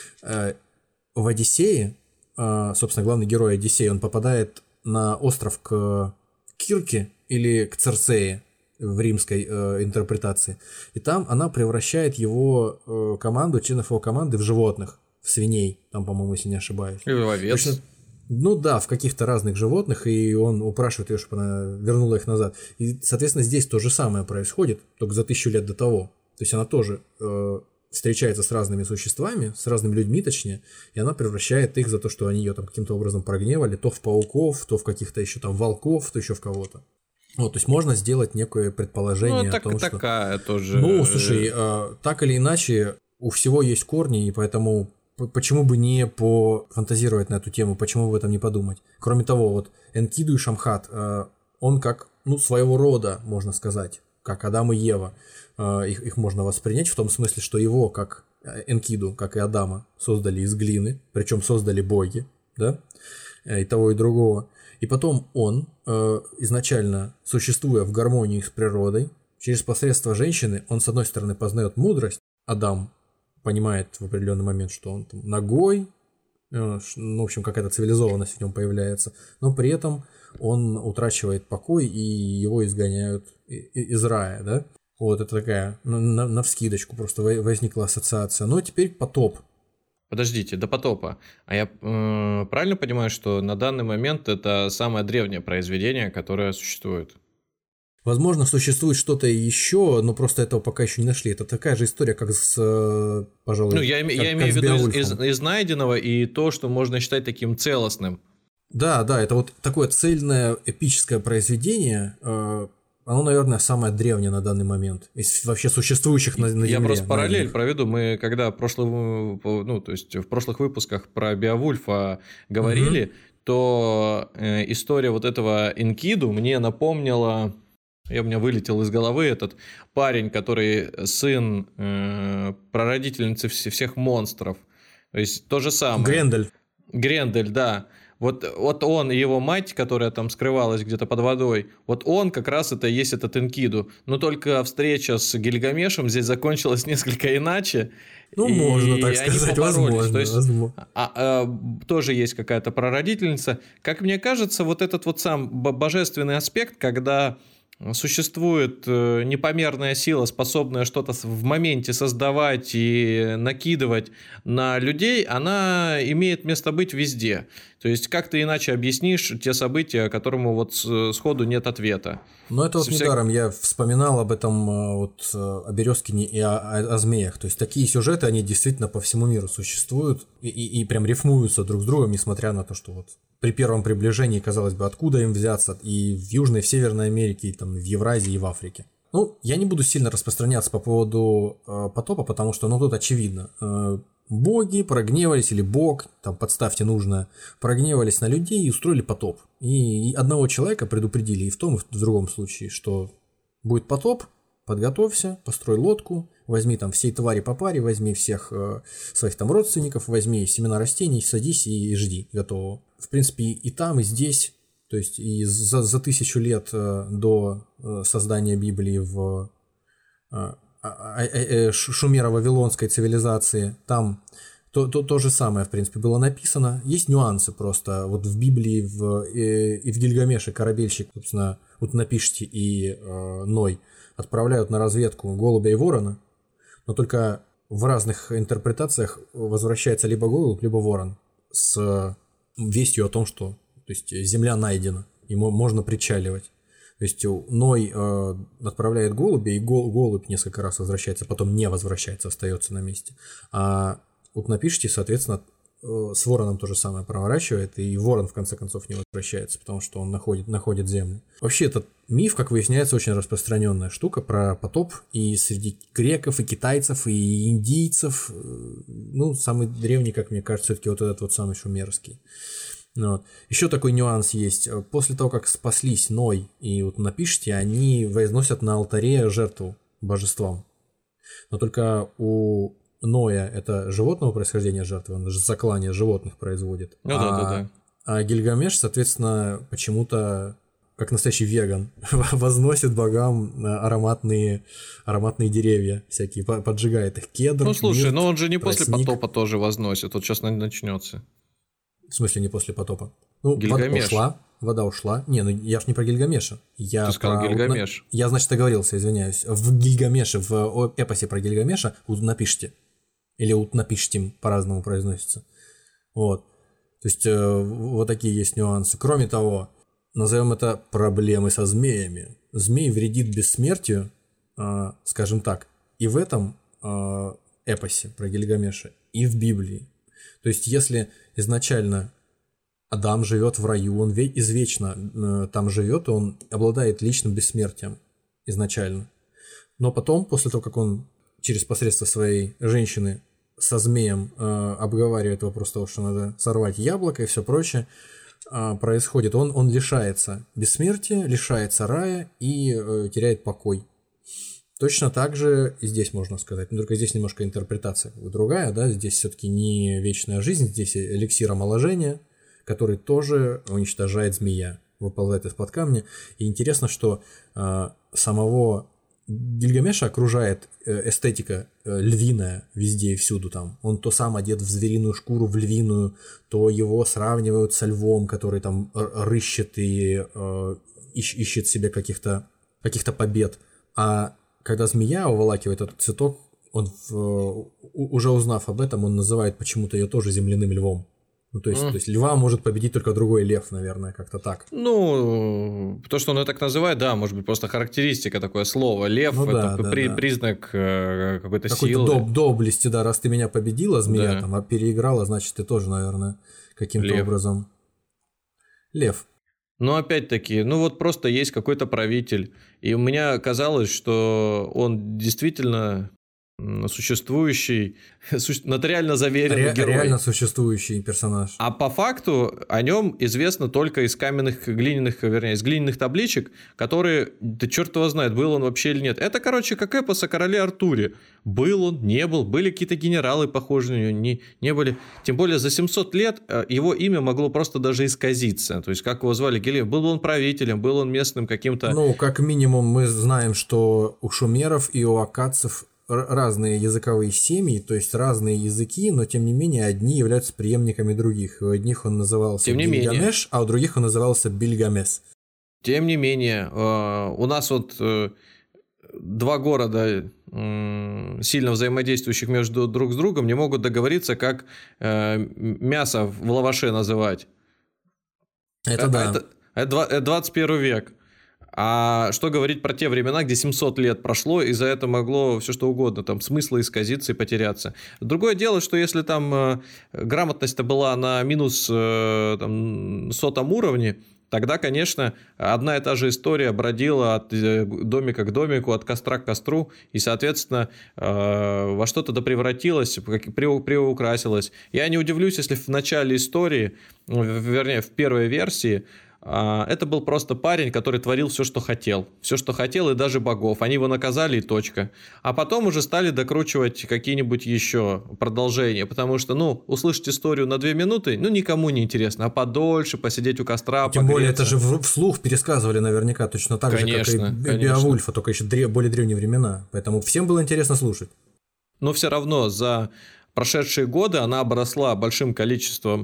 В Одиссее, собственно, главный герой Одиссея, он попадает на остров к Кирке или к Церцее в римской интерпретации. И там она превращает его команду, членов его команды в животных, в свиней, там, по-моему, если не ошибаюсь. Или в овец. Ну да, в каких-то разных животных, и он упрашивает ее, чтобы она вернула их назад. И, соответственно, здесь то же самое происходит, только за 1000 лет до того. То есть она тоже встречается с разными существами, с разными людьми точнее, и она превращает их за то, что они ее там каким-то образом прогневали, то в пауков, то в каких-то еще там волков, то еще в кого-то. Вот, то есть можно сделать некое предположение о том, что... такая тоже... Ну, слушай, так или иначе, у всего есть корни, и поэтому почему бы не пофантазировать на эту тему, почему бы об этом не подумать. Кроме того, вот Энкиду и Шамхат, он как, ну, своего рода, можно сказать, как Адам и Ева, их можно воспринять в том смысле, что его, как Энкиду, как и Адама, создали из глины, причем создали боги, да, и того, и другого. И потом он, изначально существуя в гармонии с природой, через посредство женщины, он, с одной стороны, познает мудрость, Адам понимает в определенный момент, что он там нагой, ну, в общем, какая-то цивилизованность в нем появляется, но при этом он утрачивает покой, и его изгоняют из рая, да? Вот, это такая, навскидочку просто возникла ассоциация. Ну, а теперь потоп. Подождите, до потопа. А я правильно понимаю, что на данный момент это самое древнее произведение, которое существует? Возможно, существует что-то еще, но просто этого пока еще не нашли. Это такая же история, как с, пожалуй, ну, я имею в виду из найденного и то, что можно считать таким целостным. Да, это вот такое цельное эпическое произведение. Оно, наверное, самое древнее на данный момент из вообще существующих на Земле. Я просто параллель проведу. Мы когда в прошлых выпусках про Беовульфа говорили, то история вот этого Энкиду мне напомнила... У меня вылетел из головы этот парень, который сын прародительницы всех монстров. То есть то же самое. Грендель, да. Вот он и его мать, которая там скрывалась где-то под водой, вот он как раз это и есть этот Энкиду. Но только встреча с Гильгамешем здесь закончилась несколько иначе. Ну, можно так сказать, возможно. То есть, тоже есть какая-то прародительница. Как мне кажется, вот этот вот сам божественный аспект, когда существует непомерная сила, способная что-то в моменте создавать и накидывать на людей, она имеет место быть везде. То есть, как ты иначе объяснишь те события, которому вот сходу нет ответа? Ну, это вот недаром я вспоминал об этом, вот о Березкине и о змеях. То есть, такие сюжеты, они действительно по всему миру существуют и прям рифмуются друг с другом, несмотря на то, что вот при первом приближении, казалось бы, откуда им взяться и в Южной, и в Северной Америке, и там в Евразии, и в Африке. Ну, я не буду сильно распространяться по поводу потопа, потому что, ну, тут очевидно. Боги прогневались, или бог, там, подставьте нужное, прогневались на людей и устроили потоп. И одного человека предупредили и в том, и в другом случае, что будет потоп, подготовься, построй лодку, возьми там всей твари по паре, возьми всех своих там родственников, возьми семена растений, садись и жди готового. В принципе, и там, и здесь, то есть и за 1000 лет до создания Библии в шумеро-вавилонской цивилизации, там то же самое, в принципе, было написано. Есть нюансы просто. Вот в Библии и в Гильгамеше корабельщик, собственно, Утнапишти и Ной отправляют на разведку голубя и ворона, но только в разных интерпретациях возвращается либо голубь, либо ворон с вестью о том, что, то есть, земля найдена, и можно причаливать. То есть Ной отправляет голубя, и голубь несколько раз возвращается, потом не возвращается, остается на месте. А Утнапишти, соответственно, с вороном то же самое проворачивает, и ворон в конце концов не возвращается, потому что он находит землю. Вообще этот миф, как выясняется, очень распространенная штука про потоп и среди греков, и китайцев, и индийцев. Ну, самый древний, как мне кажется, все-таки вот этот вот самый шумерский. Вот. Еще такой нюанс есть. После того, как спаслись Ной и Утнапишти, они возносят на алтаре жертву божествам. Но только у Ноя это животного происхождения жертвы, он же заклание животных производит. Ну, да. А Гильгамеш, соответственно, почему-то, как настоящий веган, возносит богам ароматные деревья всякие, поджигает их, кедр. Ну, слушай, мирт, но он же не тростник. после потопа тоже возносит, вот сейчас начнется. В смысле, не после потопа? Ну, Гильгамеш. Вода ушла. Не, ну я ж не про Гильгамеша. Ты сказал Гильгамеш. Я, значит, оговорился, извиняюсь. В Гильгамеше, в эпосе про Гильгамеша Утнапишти. Или Утнапиштим по-разному произносится. Вот. То есть вот такие есть нюансы. Кроме того, назовем это проблемы со змеями. Змей вредит бессмертию, скажем так, и в этом эпосе про Гильгамеша, и в Библии. То есть если изначально Адам живет в раю, он извечно там живет, он обладает личным бессмертием изначально. Но потом, после того, как он через посредство своей женщины со змеем обговаривает вопрос того, что надо сорвать яблоко и все прочее, происходит, он лишается бессмертия, лишается рая и теряет покой. Точно так же и здесь можно сказать, но только здесь немножко интерпретация другая, да, здесь все-таки не вечная жизнь, здесь эликсир омоложения, который тоже уничтожает змея, выползает из-под камня. И интересно, что самого Гильгамеша окружает эстетика львиная везде и всюду там. Он то сам одет в звериную шкуру, в львиную, то его сравнивают со львом, который там рыщет и ищет себе каких-то побед. А когда змея уволакивает этот цветок, он, уже узнав об этом, он называет почему-то ее тоже земляным львом. Ну, то есть льва может победить только другой лев, наверное, как-то так. Ну, то, что он ее так называет, да, может быть, просто характеристика, такое слово. Лев – это признак какой-то силы. Какой-то доблести, да, раз ты меня победила, змея, там, а переиграла, значит, ты тоже, наверное, каким-то образом. Лев. Но опять-таки, ну вот просто есть какой-то правитель, и у меня казалось, что он действительно существующий, нотариально заверенный герой. Реально существующий персонаж. А по факту о нем известно только из из глиняных табличек, которые, да черт его знает, был он вообще или нет. Это, короче, как эпос о короле Артуре. Был он, не был, были какие-то генералы похожие на него, не были. Тем более за 700 лет его имя могло просто даже исказиться. То есть, как его звали, был он правителем, был он местным каким-то... Ну, как минимум мы знаем, что у шумеров и у аккадцев разные языковые семьи, то есть разные языки, но тем не менее одни являются преемниками других. У одних он назывался Гильгамеш, а у других он назывался Бильгамес. Тем не менее, у нас вот два города, сильно взаимодействующих между друг с другом, не могут договориться, как мясо в лаваше называть. Это да. Это 21 век. А что говорить про те времена, где 700 лет прошло, и за это могло все что угодно, там смысла исказиться и потеряться. Другое дело, что если там грамотность-то была на минус там, 100-м уровне, тогда, конечно, одна и та же история бродила от домика к домику, от костра к костру, и, соответственно, во что-то превратилась, приукрасилась. Я не удивлюсь, если в начале истории, вернее, в первой версии, это был просто парень, который творил все, что хотел, и даже богов. Они его наказали, и точка. А потом уже стали докручивать какие-нибудь еще продолжения, потому что, услышать историю на 2 минуты, никому не интересно, а подольше посидеть у костра, тем более, это же вслух пересказывали наверняка точно так же, как и Беовульфа, только еще более древние времена. Поэтому всем было интересно слушать. Но все равно за прошедшие годы она обросла большим количеством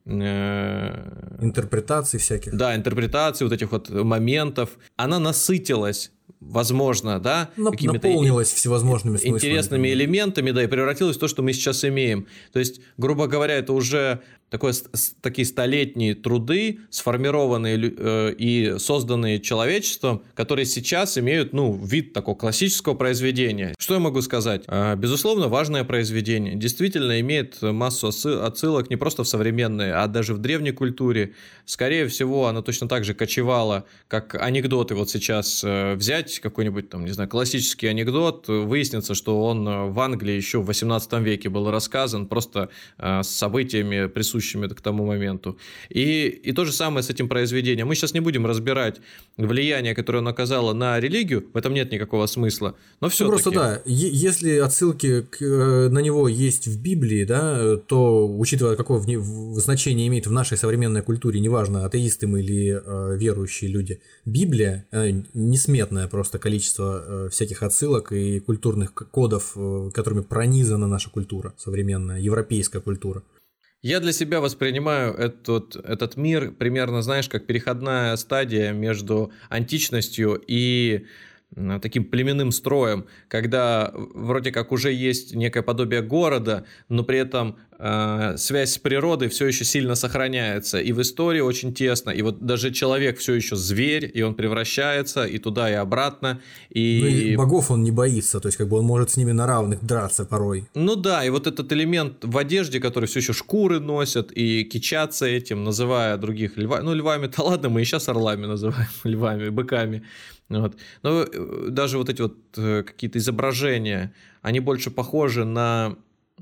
интерпретаций всяких. Да, интерпретаций, вот этих вот моментов. Она насытилась, возможно, да, какими-то наполнилась всевозможными смыслами, интересными элементами, да, и превратилась в то, что мы сейчас имеем. То есть, грубо говоря, это уже такие столетние труды, сформированные и созданные человечеством, которые сейчас имеют, вид такого классического произведения. Что я могу сказать? Безусловно, важное произведение. Действительно имеет массу отсылок не просто в современной, а даже в древней культуре. Скорее всего, она точно так же кочевала, как анекдоты. Вот сейчас взять какой-нибудь, там, не знаю, классический анекдот, выяснится, что он в Англии еще в 18 веке был рассказан, просто с событиями, присущими к тому моменту. И то же самое с этим произведением. Мы сейчас не будем разбирать влияние, которое оно оказало на религию, в этом нет никакого смысла. Но все-таки... Просто да, если отсылки на него есть в Библии, да, то, учитывая, какое значение имеет в нашей современной культуре, неважно, атеисты мы или верующие люди, Библия, несметное просто количество всяких отсылок и культурных кодов, которыми пронизана наша культура современная, европейская культура. Я для себя воспринимаю этот мир примерно, знаешь, как переходная стадия между античностью и таким племенным строем, когда вроде как уже есть некое подобие города, но при этом связь с природой все еще сильно сохраняется. И в истории очень тесно. И вот даже человек все еще зверь, и он превращается и туда, и обратно. И богов он не боится, то есть как бы он может с ними на равных драться порой. Ну да, и вот этот элемент в одежде, который все еще шкуры носят и кичатся этим, называя других львами. Ну, львами-то ладно, мы и сейчас орлами называем, львами, быками. Вот. Но даже вот эти вот какие-то изображения, они больше похожи на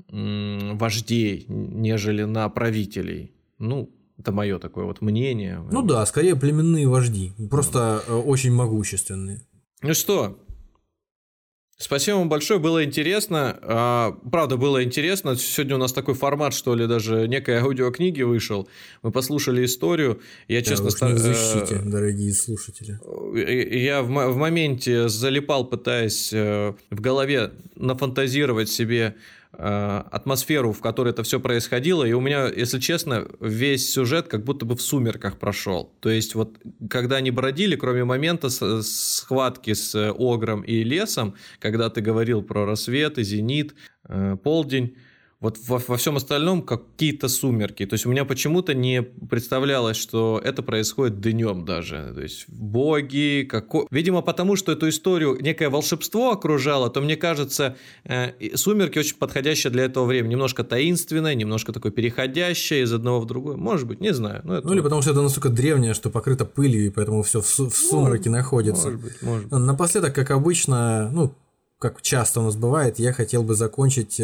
вождей, нежели на правителей. Ну, это мое такое вот мнение. Ну да, скорее племенные вожди, просто очень могущественные. Ну что, спасибо вам большое, было интересно. Правда, было интересно. Сегодня у нас такой формат, что ли, даже некой аудиокниги вышел. Мы послушали историю. Я, честно, не защите, дорогие слушатели. Я в моменте залипал, пытаясь в голове нафантазировать себе атмосферу, в которой это все происходило, и у меня, если честно, весь сюжет как будто бы в «Сумерках» прошел. То есть вот когда они бродили, кроме момента схватки с Огром и лесом, когда ты говорил про рассвет и зенит, полдень, вот во всем остальном какие-то сумерки. То есть у меня почему-то не представлялось, что это происходит днем даже. То есть боги, видимо, потому что эту историю некое волшебство окружало, то мне кажется, сумерки очень подходящие для этого времени. Немножко таинственное, немножко такое переходящее из одного в другое. Может быть, не знаю. Или потому что это настолько древнее, что покрыто пылью, и поэтому все в сумраке находится. Может быть. Напоследок, как обычно, как часто у нас бывает, я хотел бы закончить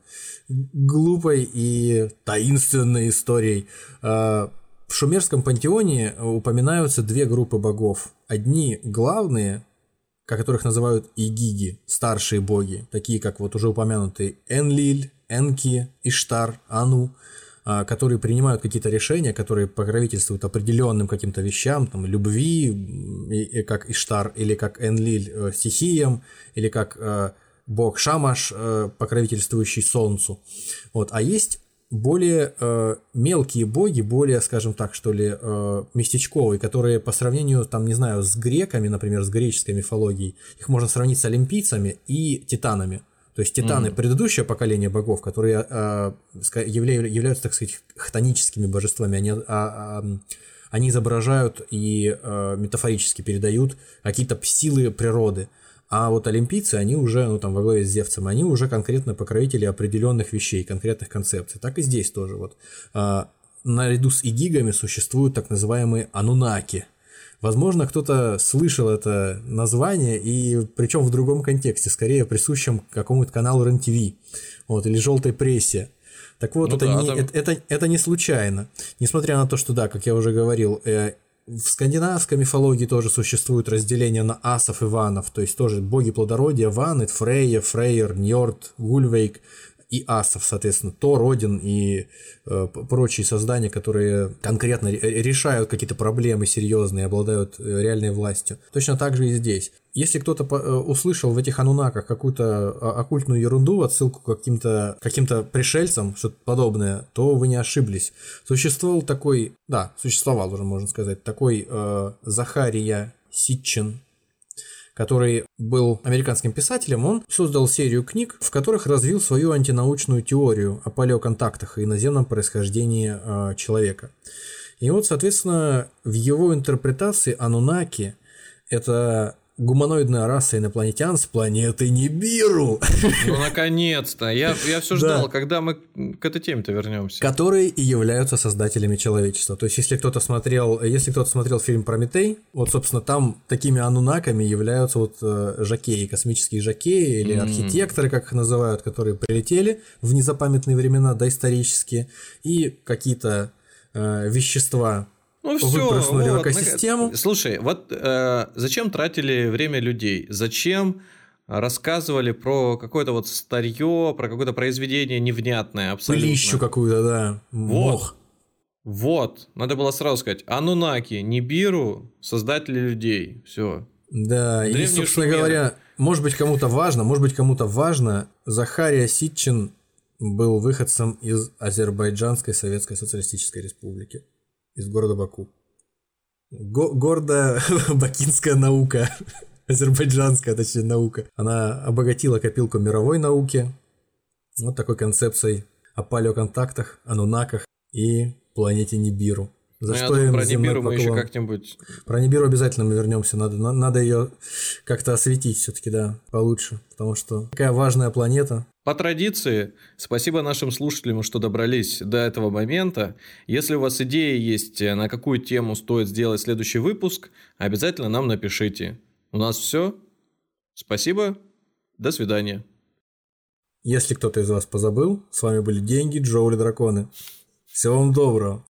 глупой и таинственной историей. В шумерском пантеоне упоминаются две группы богов. Одни главные, которых называют Игиги, старшие боги, такие как вот уже упомянутые Энлиль, Энки, Иштар, Ану, которые принимают какие-то решения, которые покровительствуют определенным каким-то вещам, там, любви, как Иштар, или как Энлиль стихиям, или как бог Шамаш, покровительствующий солнцу. Вот. А есть более мелкие боги, более, скажем так, что ли, местечковые, которые по сравнению, там, не знаю, с греками, например, с греческой мифологией, их можно сравнить с олимпийцами и титанами. То есть титаны предыдущее поколение богов, которые являются, так сказать, хтоническими божествами, они изображают и метафорически передают какие-то силы природы. А вот олимпийцы, они уже, во главе с Зевсом, они уже конкретно покровители определенных вещей, конкретных концепций. Так и здесь тоже. Вот. Наряду с игигами существуют так называемые анунаки. Возможно, кто-то слышал это название, и причем в другом контексте, скорее присущем какому-то каналу РЕН-ТВ, или желтой прессе. Так вот, это не случайно. Несмотря на то, что, да, как я уже говорил, в скандинавской мифологии тоже существует разделение на асов и ванов, то есть тоже боги плодородия, ваны, Фрейя, Фрейер, Ньорд, Гульвейк и асов, соответственно, Тор, Один и прочие создания, которые конкретно решают какие-то проблемы серьезные, обладают реальной властью. Точно так же и здесь. Если кто-то услышал в этих анунаках какую-то оккультную ерунду, отсылку к каким-то пришельцам, что-то подобное, то вы не ошиблись. Существовал уже, можно сказать, такой Захария Ситчин, который был американским писателем. Он создал серию книг, в которых развил свою антинаучную теорию о палеоконтактах и иноземном происхождении человека. И вот, соответственно, в его интерпретации анунаки – это гуманоидная раса инопланетян с планеты Нибиру. Ну, наконец-то. Я все ждал, когда мы к этой теме-то вернемся. Которые и являются создателями человечества. То есть, если кто-то смотрел фильм «Прометей», вот, собственно, там такими анунаками являются жокеи, космические жокеи или архитекторы, как их называют, которые прилетели в незапамятные времена, доисторические, и какие-то вещества выпрыснули в экосистему. Слушай, зачем тратили время людей? Зачем рассказывали про какое-то старье, про какое-то произведение невнятное абсолютно? Пылищу какую-то, да. Мох. Вот. Надо было сразу сказать: Анунаки, Нибиру, создатели людей. Все. Да, и, собственно говоря, может быть, кому-то важно, Захария Ситчин был выходцем из Азербайджанской Советской Социалистической Республики. Из города Баку. Гордо бакинская наука, азербайджанская, наука. Она обогатила копилку мировой науки вот такой концепцией о палеоконтактах, анунаках и планете Нибиру. За я что думаю, им про земной Нибиру мы еще поклон. как-нибудь... Про Нибиру обязательно мы вернемся. Надо ее как-то осветить все-таки, да, получше. Потому что такая важная планета. По традиции, спасибо нашим слушателям, что добрались до этого момента. Если у вас идеи есть, на какую тему стоит сделать следующий выпуск, обязательно нам напишите. У нас все. Спасибо. До свидания. Если кто-то из вас позабыл, с вами были Деньги, Джоули, Драконы. Всего вам доброго.